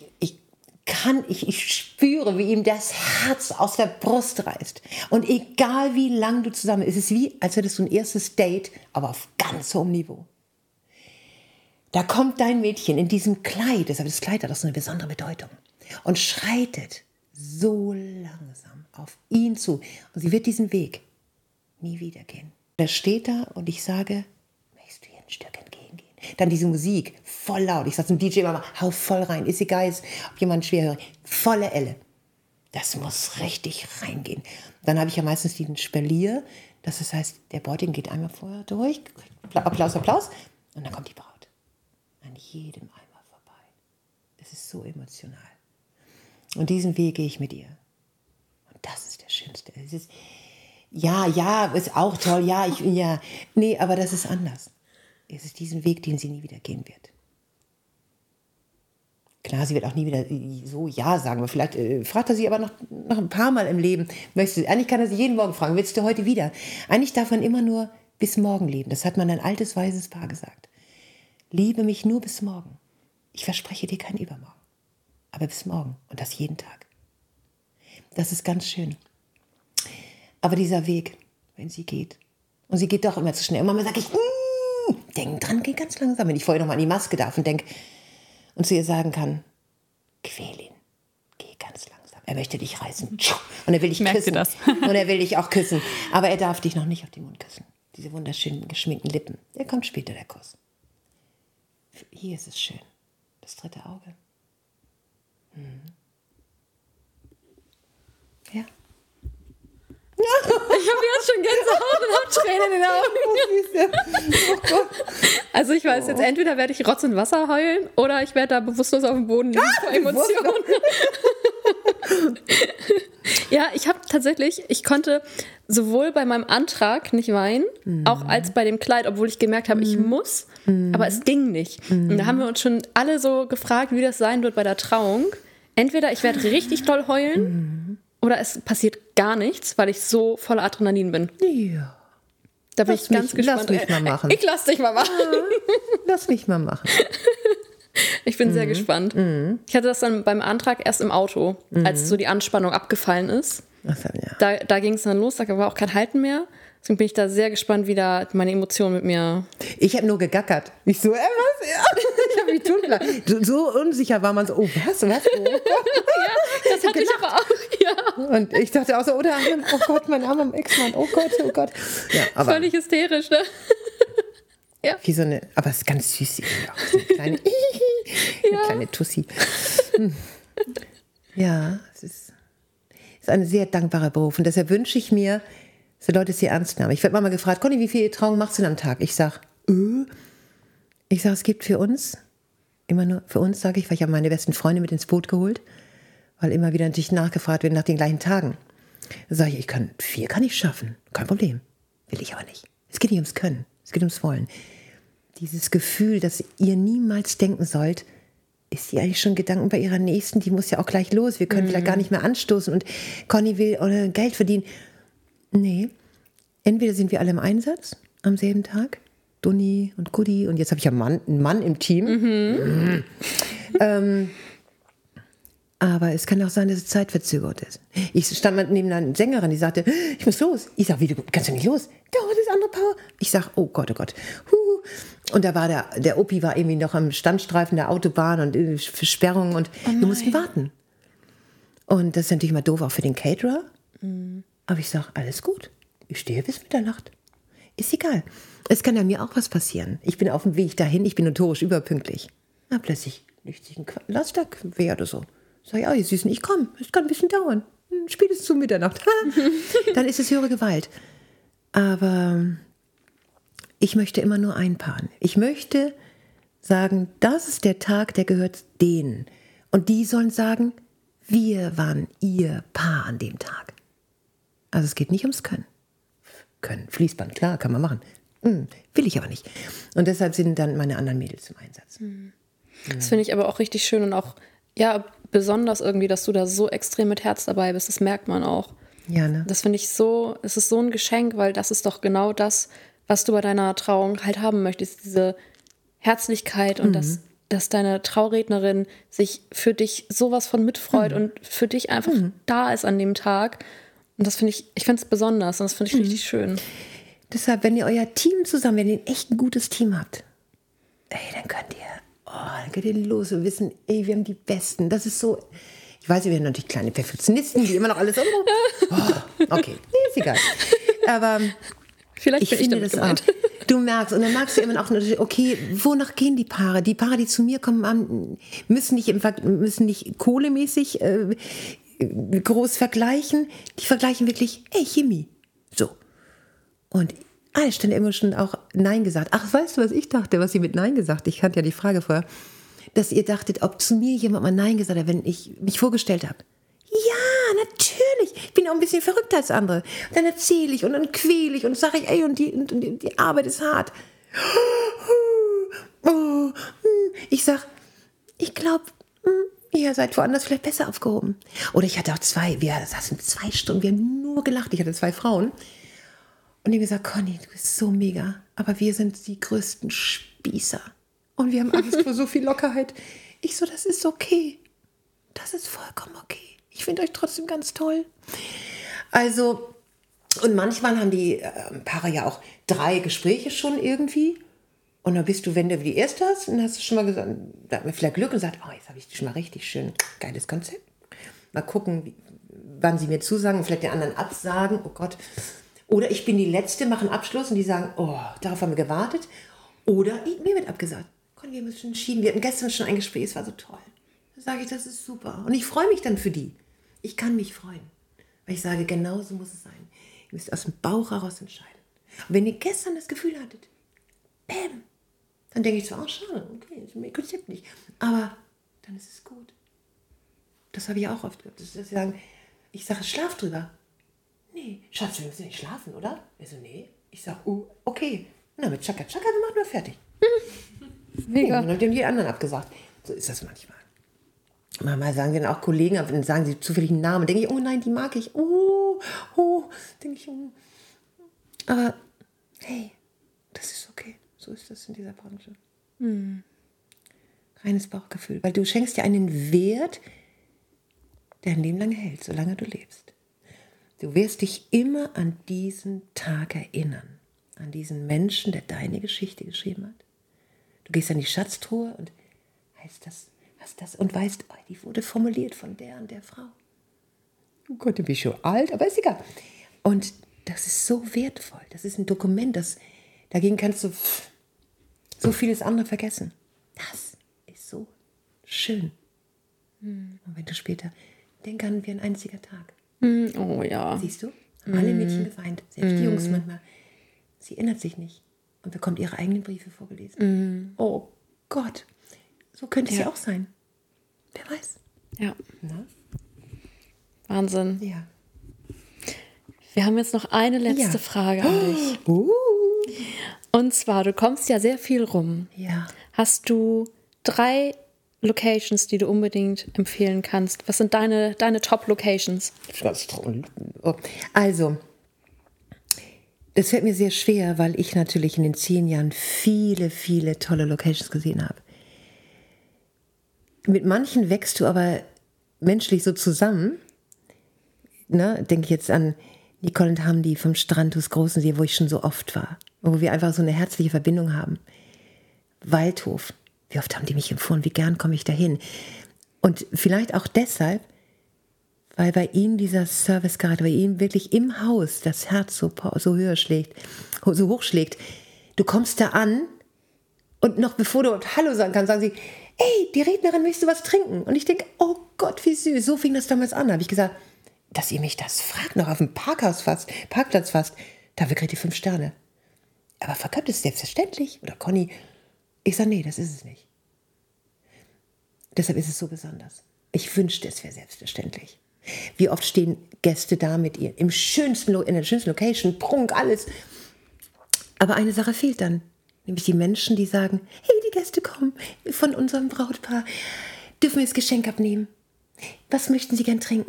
spüre, wie ihm das Herz aus der Brust reißt. Und egal wie lang du zusammen bist, es ist wie, als hättest du ein erstes Date, aber auf ganz hohem Niveau. Da kommt dein Mädchen in diesem Kleid, das Kleid hat auch so eine besondere Bedeutung, und schreitet so langsam auf ihn zu. Und sie wird diesen Weg nie wieder gehen. Er steht da und ich sage, möchtest du hier ein Stück entgegengehen? Dann diese Musik, voll laut. Ich sage zum DJ, Mama, hau voll rein. Ist egal, ob jemand schwer hört. Volle Elle. Das muss richtig reingehen. Dann habe ich ja meistens diesen Spalier. Das heißt, der Bräutigam geht einmal vorher durch. Applaus, Applaus. Und dann kommt die Braut. An jedem Eimer vorbei. Das ist so emotional. Und diesen Weg gehe ich mit ihr. Und das ist der Schönste. Es ist, ja, ist auch toll. Nee, aber das ist anders. Es ist diesen Weg, den sie nie wieder gehen wird. Klar, sie wird auch nie wieder so Ja sagen. Aber vielleicht fragt er sie aber noch ein paar Mal im Leben. Eigentlich kann er sie jeden Morgen fragen, willst du heute wieder? Eigentlich darf man immer nur bis morgen leben. Das hat man ein altes, weises Paar gesagt. Liebe mich nur bis morgen. Ich verspreche dir kein Übermorgen. Aber bis morgen. Und das jeden Tag. Das ist ganz schön. Aber dieser Weg, wenn sie geht, und sie geht doch immer zu schnell. Und manchmal sage ich, denk dran, geh ganz langsam. Wenn ich vorher noch mal an die Maske darf und denke und zu ihr sagen kann, quäl ihn, geh ganz langsam. Er möchte dich reißen. Und er will dich küssen. Das. Und er will dich auch küssen. Aber er darf dich noch nicht auf den Mund küssen. Diese wunderschönen geschminkten Lippen. Der kommt später, der Kuss. Hier ist es schön. Das dritte Auge. Ja. Ich habe jetzt schon Gänsehaut und habe Tränen in den Augen. Oh Gott. Also ich weiß jetzt, entweder werde ich Rotz und Wasser heulen oder ich werde da bewusstlos auf dem Boden liegen vor Emotionen. Ja, ich konnte sowohl bei meinem Antrag nicht weinen, auch als bei dem Kleid, obwohl ich gemerkt habe, ich muss, aber es ging nicht. Und da haben wir uns schon alle so gefragt, wie das sein wird bei der Trauung. Entweder ich werde richtig doll heulen oder es passiert gar nichts, weil ich so voller Adrenalin bin. Ja. Da bin ich ganz gespannt. Lass mich mal machen. Ich lass dich mal machen. Lass mich mal machen. Ich bin sehr gespannt. Ich hatte das dann beim Antrag erst im Auto, als so die Anspannung abgefallen ist. Ach so, ja. Da ging es dann los, da war auch kein Halten mehr. Deswegen bin ich da sehr gespannt, wie da meine Emotionen mit mir... Ich habe nur gegackert. Ich so, was? Ja. Ich habe mich totgelacht. So unsicher war man so, oh, was? Oh, ja, das hatte ich aber auch, ja. Und ich dachte auch so, oh Gott, mein armer Ex-Mann, oh Gott. Ja, aber völlig hysterisch, ne? Ja. Wie so eine, aber es ist ganz süß. Auch so eine kleine Tussi. Ja, es ist ein sehr dankbarer Beruf. Und deshalb wünsche ich mir, dass die Leute es hier ernst nehmen. Ich werde mal gefragt, Conny, wie viele Trauungen machst du denn am Tag? Ich sage, es gibt für uns, immer nur für uns, sage ich, weil ich habe meine besten Freunde mit ins Boot geholt, weil immer wieder natürlich nachgefragt wird nach den gleichen Tagen. Da sage ich, 4 kann ich schaffen, kein Problem. Will ich aber nicht. Es geht nicht ums Können, es geht ums Wollen. Dieses Gefühl, dass ihr niemals denken sollt, ist sie eigentlich schon Gedanken bei ihrer Nächsten, die muss ja auch gleich los, wir können vielleicht gar nicht mehr anstoßen und Conny will oder Geld verdienen. Nee, entweder sind wir alle im Einsatz am selben Tag, Dunni und Gudi, und jetzt habe ich ja einen Mann im Team. Aber es kann auch sein, dass es zeitverzögert ist. Ich stand mal neben einer Sängerin, die sagte, ich muss los. Ich sage, wie, du kannst ja nicht los? Ja, das ist andere Power. Ich sage, oh Gott. Und da war der Opi war irgendwie noch am Standstreifen der Autobahn und Versperrungen und wir mussten warten. Und das ist natürlich immer doof, auch für den Caterer. Aber ich sage, alles gut. Ich stehe bis Mitternacht. Ist egal. Es kann ja mir auch was passieren. Ich bin auf dem Weg dahin, ich bin notorisch überpünktlich. Na, plötzlich liegt sich ein Laster quer oder so. Sag ich, ihr Süßen, ich komme. Es kann ein bisschen dauern. Spätestens um Mitternacht. Dann ist es höhere Gewalt. Aber ich möchte immer nur einpaaren. Ich möchte sagen, das ist der Tag, der gehört denen. Und die sollen sagen, wir waren ihr Paar an dem Tag. Also es geht nicht ums Können. Können, Fließband, klar, kann man machen. Will ich aber nicht. Und deshalb sind dann meine anderen Mädels im Einsatz. Das finde ich aber auch richtig schön und auch, ja, besonders irgendwie, dass du da so extrem mit Herz dabei bist. Das merkt man auch. Ja, ne? Das finde ich so, es ist so ein Geschenk, weil das ist doch genau das, was du bei deiner Trauung halt haben möchtest. Diese Herzlichkeit und dass deine Traurednerin sich für dich sowas von mitfreut und für dich einfach da ist an dem Tag. Und das finde ich finde es besonders und das finde ich richtig schön. Deshalb, wenn ihr euer Team zusammen, wenn ihr echt ein gutes Team habt, dann könnt ihr los und wissen, wir haben die Besten. Das ist so, ich weiß, wir haben natürlich kleine Perfektionisten, die immer noch alles okay, ist egal. Aber Vielleicht bin ich finde damit das gemeint. auch. Du merkst, und dann magst du immer auch natürlich, okay, wonach gehen die Paare? Die Paare, die zu mir kommen, müssen nicht kohlemäßig groß vergleichen. Die vergleichen wirklich, Chemie. So. Und alles stand immer schon auch Nein gesagt. Ach, weißt du, was ich dachte, was sie mit Nein gesagt? Ich kannte ja die Frage vorher. Dass ihr dachtet, ob zu mir jemand mal Nein gesagt hat, wenn ich mich vorgestellt habe. Ja, natürlich. Ich bin auch ein bisschen verrückter als andere. Und dann erzähle ich und dann quäle ich und sage ich, und die Arbeit ist hart. Ich sage, ich glaube, ihr seid woanders vielleicht besser aufgehoben. Oder ich hatte auch wir saßen 2 Stunden, wir haben nur gelacht. Ich hatte 2 Frauen. Und die haben gesagt, Conny, du bist so mega, aber wir sind die größten Spießer. Und wir haben Angst vor so viel Lockerheit. Ich so, das ist okay. Das ist vollkommen okay. Ich finde euch trotzdem ganz toll. Also, und manchmal haben die Paare ja auch 3 Gespräche schon irgendwie. Und dann bist du, wenn du die erste hast, dann hast du schon mal gesagt, da hat man vielleicht Glück und sagt, jetzt habe ich schon mal richtig schön geiles Konzept. Mal gucken, wann sie mir zusagen, vielleicht den anderen absagen. Oh Gott. Oder ich bin die Letzte, mache einen Abschluss und die sagen, darauf haben wir gewartet. Oder mir wird abgesagt. Wir haben uns schon entschieden. Wir hatten gestern schon ein Gespräch, es war so toll. Dann sage ich, das ist super. Und ich freue mich dann für die. Ich kann mich freuen. Weil ich sage, genau so muss es sein. Ihr müsst aus dem Bauch heraus entscheiden. Und wenn ihr gestern das Gefühl hattet, bäm, dann denke ich zwar, schade, okay, das ist mein Konzept nicht. Aber dann ist es gut. Das habe ich auch oft gehört. Dass sie sagen, ich sage, schlaf drüber. Nee, Schatz, wir müssen nicht schlafen, oder? Er so, nee. Ich sage, okay. Na, mit Chaka Chaka, wir machen wir fertig. Mega. Und dann haben die anderen abgesagt. So ist das manchmal. Manchmal sagen dann auch Kollegen, dann sagen sie zufällig einen Namen. Denke ich, oh nein, die mag ich. Denke ich, Aber hey, das ist okay. So ist das in dieser Branche. Reines Bauchgefühl. Weil du schenkst dir einen Wert, der ein Leben lang hält, solange du lebst. Du wirst dich immer an diesen Tag erinnern. An diesen Menschen, der deine Geschichte geschrieben hat. Du gehst an die Schatztruhe und hast das und weißt, die wurde formuliert von der und der Frau. Oh Gott, du bist schon alt, aber ist egal. Und das ist so wertvoll. Das ist ein Dokument, dagegen kannst du so vieles andere vergessen. Das ist so schön. Und wenn du später, denk an wie ein einziger Tag. Oh ja. Siehst du? Haben alle Mädchen geweint. Selbst die Jungs manchmal. Sie erinnert sich nicht und bekommt ihre eigenen Briefe vorgelesen. Oh Gott, so könnte es ja auch sein. Wer weiß. Ja. Na? Wahnsinn. Ja. Wir haben jetzt noch eine letzte Frage an dich. Und zwar, du kommst ja sehr viel rum. Ja. Hast du 3 Locations, die du unbedingt empfehlen kannst? Was sind deine Top-Locations? Also, es fällt mir sehr schwer, weil ich natürlich in den 10 Jahren viele, viele tolle Locations gesehen habe. Mit manchen wächst du aber menschlich so zusammen. Ne? Denke ich jetzt an Nicole und Hamdi vom Strandhus Großensee, wo ich schon so oft war. Wo wir einfach so eine herzliche Verbindung haben. Waldhof. Wie oft haben die mich empfohlen? Wie gern komme ich dahin? Und vielleicht auch deshalb, weil bei ihnen dieser Servicecharakter, bei ihnen wirklich im Haus das Herz so höher schlägt, so hoch schlägt. Du kommst da an und noch bevor du Hallo sagen kannst, sagen sie, die Rednerin, möchtest du was trinken? Und ich denke, oh Gott, wie süß. So fing das damals an. Habe ich gesagt, dass ihr mich das fragt, noch auf dem Parkplatz fast, dafür kriegt ihr 5 Sterne. Aber verkauft es selbstverständlich? Oder Conny? Ich sage, nee, das ist es nicht. Deshalb ist es so besonders. Ich wünschte, es wäre selbstverständlich. Wie oft stehen Gäste da mit ihr in der schönsten Location, Prunk, alles. Aber eine Sache fehlt dann, nämlich die Menschen, die sagen, hey, die Gäste kommen von unserem Brautpaar, dürfen wir das Geschenk abnehmen? Was möchten Sie gern trinken?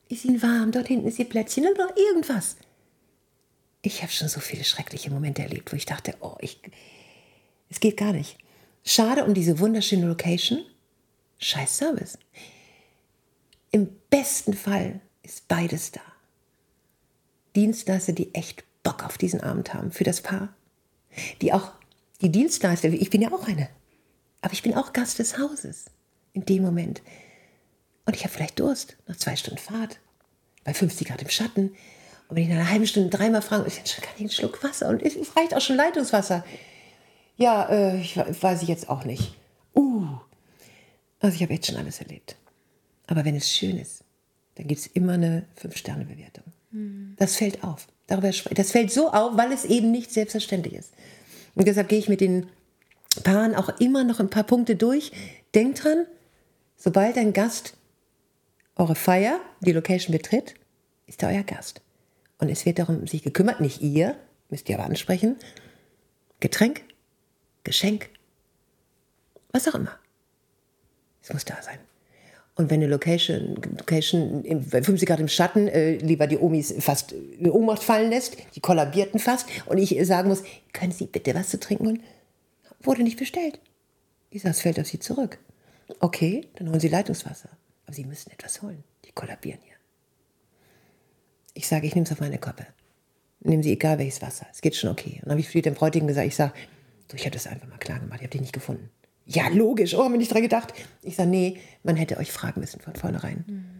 Ist Ihnen warm? Dort hinten ist Ihr Plätzchen oder irgendwas. Ich habe schon so viele schreckliche Momente erlebt, wo ich dachte, es geht gar nicht. Schade um diese wunderschöne Location. Scheiß Service. Im besten Fall ist beides da. Dienstleister, die echt Bock auf diesen Abend haben, für das Paar. Die Dienstleister, ich bin ja auch eine, aber ich bin auch Gast des Hauses in dem Moment. Und ich habe vielleicht Durst nach 2 Stunden Fahrt, bei 50 Grad im Schatten. Und wenn ich nach einer halben Stunde 3-mal frage, dann kann ich einen Schluck Wasser. Und es reicht auch schon Leitungswasser. Ja, weiß ich jetzt auch nicht. Also ich habe echt schon alles erlebt. Aber wenn es schön ist, dann gibt es immer eine 5-Sterne-Bewertung. Das fällt auf. Das fällt so auf, weil es eben nicht selbstverständlich ist. Und deshalb gehe ich mit den Paaren auch immer noch ein paar Punkte durch. Denkt dran, sobald ein Gast eure Feier, die Location betritt, ist er euer Gast. Und es wird darum sich gekümmert, nicht ihr, müsst ihr aber ansprechen, Getränk, Geschenk, was auch immer. Es muss da sein. Und wenn eine Location 50 Grad im Schatten lieber die Omis fast in Ohnmacht fallen lässt, die kollabierten fast, und ich sagen muss, können Sie bitte was zu trinken holen? Wurde nicht bestellt. Ich sage, es fällt auf Sie zurück. Okay, dann holen Sie Leitungswasser. Aber Sie müssen etwas holen. Die kollabieren hier. Ich sage, ich nehme es auf meine Kappe. Nehmen Sie egal welches Wasser. Es geht schon okay. Und dann habe ich dem Bräutigam gesagt, ich habe das einfach mal klar gemacht. Ich habe dich nicht gefunden. Ja, logisch. Haben wir nicht dran gedacht. Ich sage, nee, man hätte euch fragen müssen von vornherein.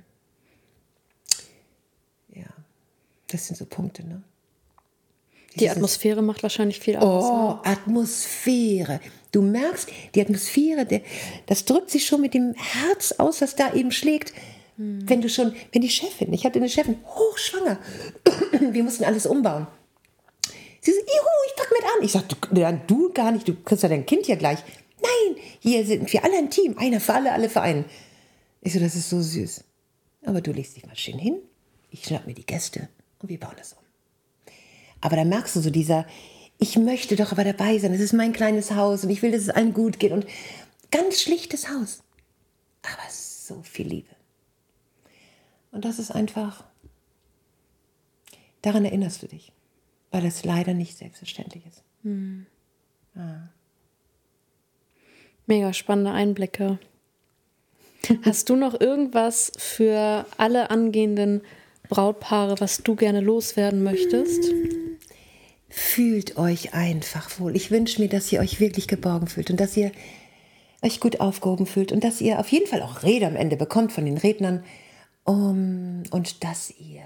Ja, das sind so Punkte, ne? Die Atmosphäre macht wahrscheinlich viel aus. Oh, Atmosphäre. Du merkst, die Atmosphäre, das drückt sich schon mit dem Herz aus, was da eben schlägt. Wenn die Chefin, ich hatte eine Chefin, hochschwanger, wir mussten alles umbauen. Sie sagt, juhu, ich pack mit an. Ich sage, du gar nicht, du kriegst ja dein Kind ja gleich. Nein, hier sind wir alle ein Team, einer für alle für einen. Ich so, das ist so süß. Aber du legst dich mal schön hin, ich schnapp mir die Gäste und wir bauen das um. Aber da merkst du so ich möchte doch aber dabei sein, das ist mein kleines Haus und ich will, dass es allen gut geht und ganz schlichtes Haus. Aber so viel Liebe. Und das ist einfach, daran erinnerst du dich, weil das leider nicht selbstverständlich ist. Mega spannende Einblicke. Hast du noch irgendwas für alle angehenden Brautpaare, was du gerne loswerden möchtest? Fühlt euch einfach wohl. Ich wünsche mir, dass ihr euch wirklich geborgen fühlt und dass ihr euch gut aufgehoben fühlt und dass ihr auf jeden Fall auch Rede am Ende bekommt von den Rednern und dass ihr,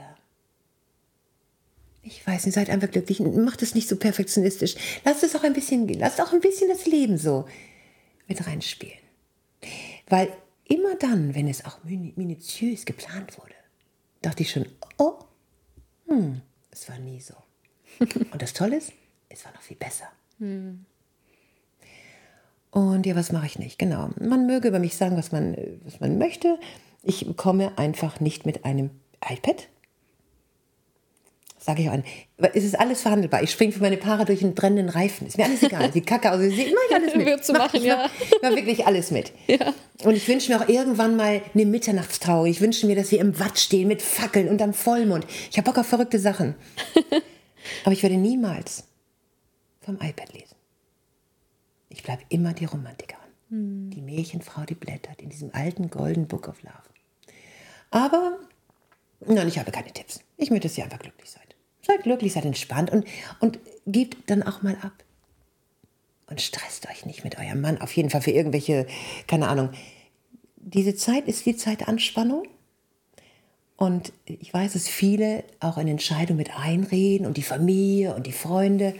ich weiß nicht, seid einfach glücklich. Macht es nicht so perfektionistisch. Lasst auch ein bisschen das Leben so mit reinspielen. Weil immer dann, wenn es auch minutiös geplant wurde, dachte ich schon, es war nie so. Und das Tolle ist, es war noch viel besser. Und ja, was mache ich nicht? Genau. Man möge über mich sagen, was man möchte. Ich komme einfach nicht mit einem iPad. Sage ich auch an. Es ist alles verhandelbar. Ich springe für meine Paare durch einen brennenden Reifen. Ist mir alles egal. Sieht kacke aus. Mache ich alles mit. Wird zu machen, ja. Ich mache wirklich alles mit. Ja. Und ich wünsche mir auch irgendwann mal eine Mitternachtstrauer. Ich wünsche mir, dass wir im Watt stehen mit Fackeln und am Vollmond. Ich habe Bock auf verrückte Sachen. Aber ich werde niemals vom iPad lesen. Ich bleibe immer die Romantikerin. Die Märchenfrau, die blättert in diesem alten Golden Book of Love. Aber, nein, ich habe keine Tipps. Ich möchte, dass ihr einfach glücklich seid. Seid glücklich, seid entspannt und gebt dann auch mal ab. Und stresst euch nicht mit eurem Mann. Auf jeden Fall für irgendwelche, keine Ahnung. Diese Zeit ist die Zeit der Anspannung. Und ich weiß, dass viele auch in Entscheidungen mit einreden und die Familie und die Freunde.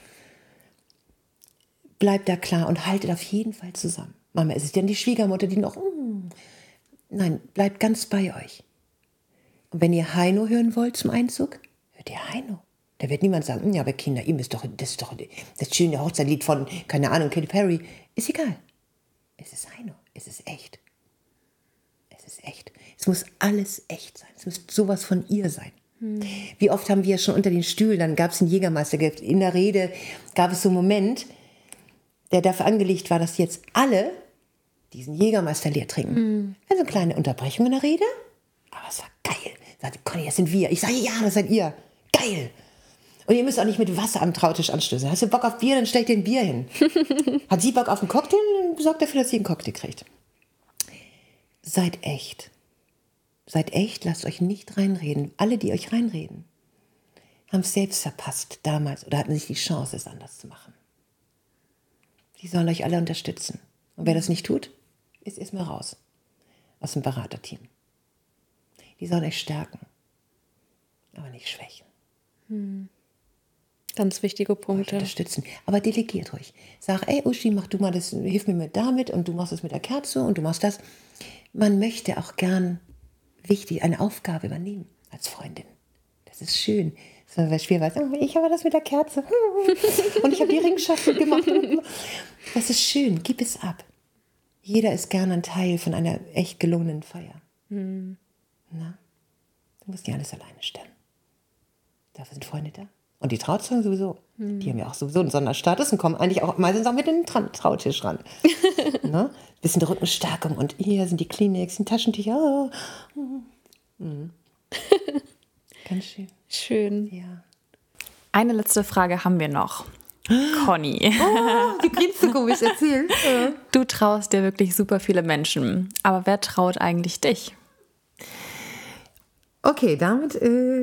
Bleibt da klar und haltet auf jeden Fall zusammen. Mama, es ist dann die Schwiegermutter, die noch... Nein, bleibt ganz bei euch. Und wenn ihr Heino hören wollt zum Einzug, hört ihr Heino. Da wird niemand sagen, ja, aber Kinder, das ist doch das schöne Hochzeitslied von, keine Ahnung, Katy Perry. Ist egal. Es ist Heino. Es ist echt. Es ist echt. Es muss alles echt sein. Es muss sowas von ihr sein. Wie oft haben wir schon unter den Stühlen, dann gab es einen Jägermeister, in der Rede gab es so einen Moment, der dafür angelegt war, dass jetzt alle diesen Jägermeister leer trinken. Also eine kleine Unterbrechung in der Rede, aber es war geil. Sagt Conny, das sind wir. Ich sage, ja, das seid ihr. Geil. Und ihr müsst auch nicht mit Wasser am Trautisch anstoßen. Hast du Bock auf Bier, dann stellt ihr ein Bier hin. Hat sie Bock auf einen Cocktail, dann sorgt dafür, dass sie einen Cocktail kriegt. Seid echt. Seid echt, lasst euch nicht reinreden. Alle, die euch reinreden, haben es selbst verpasst damals oder hatten nicht die Chance, es anders zu machen. Die sollen euch alle unterstützen. Und wer das nicht tut, ist erstmal raus aus dem Beraterteam. Die sollen euch stärken, aber nicht schwächen. Ganz wichtige Punkte. Unterstützen. Aber delegiert ruhig. Sag, ey Uschi, mach du mal das, hilf mir mit damit und du machst es mit der Kerze und du machst das. Man möchte auch gern eine Aufgabe übernehmen als Freundin. Das ist schön. So, weil schwer weiß, ich habe das mit der Kerze und ich habe die Ringschachtel gemacht. Das ist schön, gib es ab. Jeder ist gern ein Teil von einer echt gelungenen Feier. Na? Du musst nicht alles alleine stemmen. Dafür sind Freunde da. Und die Trauzeugen sowieso. Die haben ja auch sowieso einen Sonderstatus und kommen eigentlich auch meistens auch mit in den Trautisch ran. Ne? Bisschen Rückenstärkung und hier sind die Kleenex, die Taschentücher. Ganz schön. Schön. Ja. Eine letzte Frage haben wir noch. Conny. Die grinst so komisch, erzählen. Du traust dir wirklich super viele Menschen. Aber wer traut eigentlich dich? Okay, das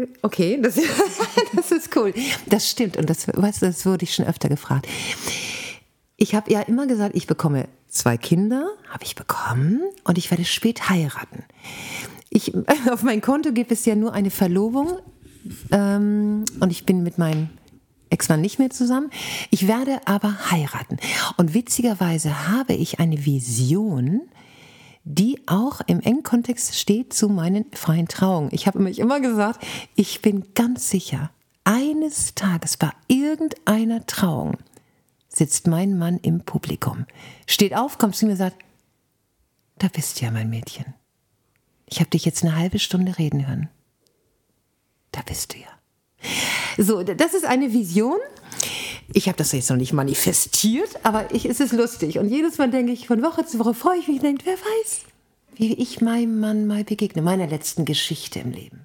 ist cool. Das stimmt und das wurde ich schon öfter gefragt. Ich habe ja immer gesagt, ich bekomme 2 Kinder, habe ich bekommen und ich werde spät heiraten. Auf mein Konto gibt es ja nur eine Verlobung und ich bin mit meinem Ex-Mann nicht mehr zusammen. Ich werde aber heiraten. Und witzigerweise habe ich eine Vision, die auch im engen Kontext steht zu meinen freien Trauungen. Ich habe mich immer gesagt, ich bin ganz sicher, eines Tages bei irgendeiner Trauung sitzt mein Mann im Publikum, steht auf, kommt zu mir und sagt, da bist du ja, mein Mädchen. Ich habe dich jetzt eine halbe Stunde reden hören. Da bist du ja. So, das ist eine Vision. Ich habe das jetzt noch nicht manifestiert, aber es ist lustig. Und jedes Mal denke ich, von Woche zu Woche freue ich mich und denke, wer weiß, wie ich meinem Mann mal begegne, meiner letzten Geschichte im Leben.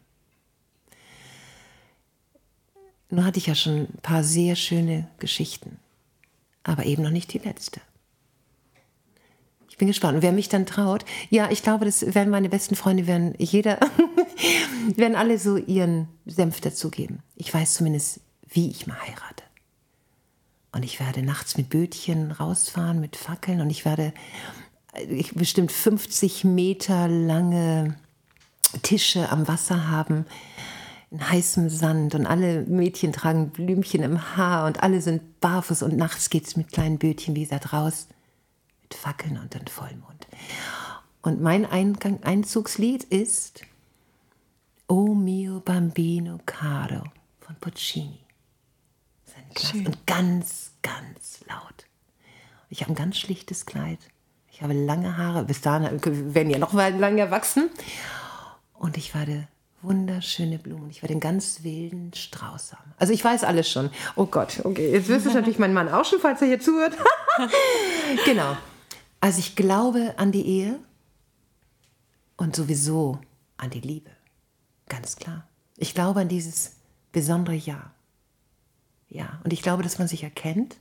Nun hatte ich ja schon ein paar sehr schöne Geschichten, aber eben noch nicht die letzte. Ich bin gespannt. Und wer mich dann traut, ja, ich glaube, das werden meine besten Freunde, werden alle so ihren Senf dazugeben. Ich weiß zumindest, wie ich mal heirate. Und ich werde nachts mit Bötchen rausfahren, mit Fackeln. Und ich werde bestimmt 50 Meter lange Tische am Wasser haben, in heißem Sand. Und alle Mädchen tragen Blümchen im Haar und alle sind barfuß. Und nachts geht es mit kleinen Bötchen, wie gesagt, raus, mit Fackeln und dann Vollmond. Und mein Einzugslied ist O mio bambino caro von Puccini. Und ganz, ganz laut. Ich habe ein ganz schlichtes Kleid. Ich habe lange Haare. Bis dahin werden ja noch mal lange wachsen. Und ich werde wunderschöne Blumen. Ich werde einen ganz wilden Strauß haben. Also ich weiß alles schon. Oh Gott, okay. Jetzt wüsste es natürlich mein Mann auch schon, falls er hier zuhört. Genau. Also ich glaube an die Ehe und sowieso an die Liebe. Ganz klar. Ich glaube an dieses besondere Jahr. Ja, und ich glaube, dass man sich erkennt.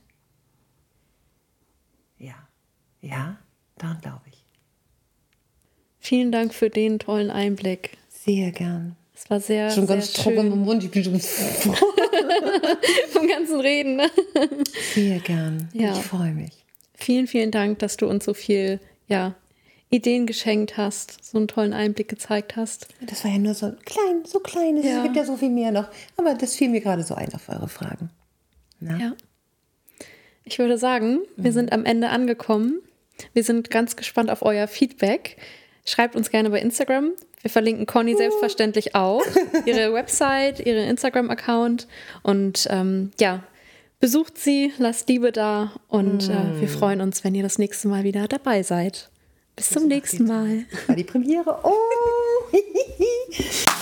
Ja, daran glaube ich. Vielen Dank für den tollen Einblick. Sehr gern. Es war sehr, schon sehr ganz trocken im Mund. Ich bin schon vom ganzen Reden. Ne? Sehr gern. Ja. Ich freue mich. Vielen, vielen Dank, dass du uns so viel Ideen geschenkt hast, so einen tollen Einblick gezeigt hast. Das war ja nur so klein. Es gibt ja so viel mehr noch. Aber das fiel mir gerade so ein auf eure Fragen. Na? Ja. Ich würde sagen, wir sind am Ende angekommen. Wir sind ganz gespannt auf euer Feedback. Schreibt uns gerne bei Instagram. Wir verlinken Conny selbstverständlich auch. Ihre Website, ihren Instagram-Account. Und besucht sie, lasst Liebe da. Und wir freuen uns, wenn ihr das nächste Mal wieder dabei seid. Bis zum nächsten Mal. Das war die Premiere. Oh!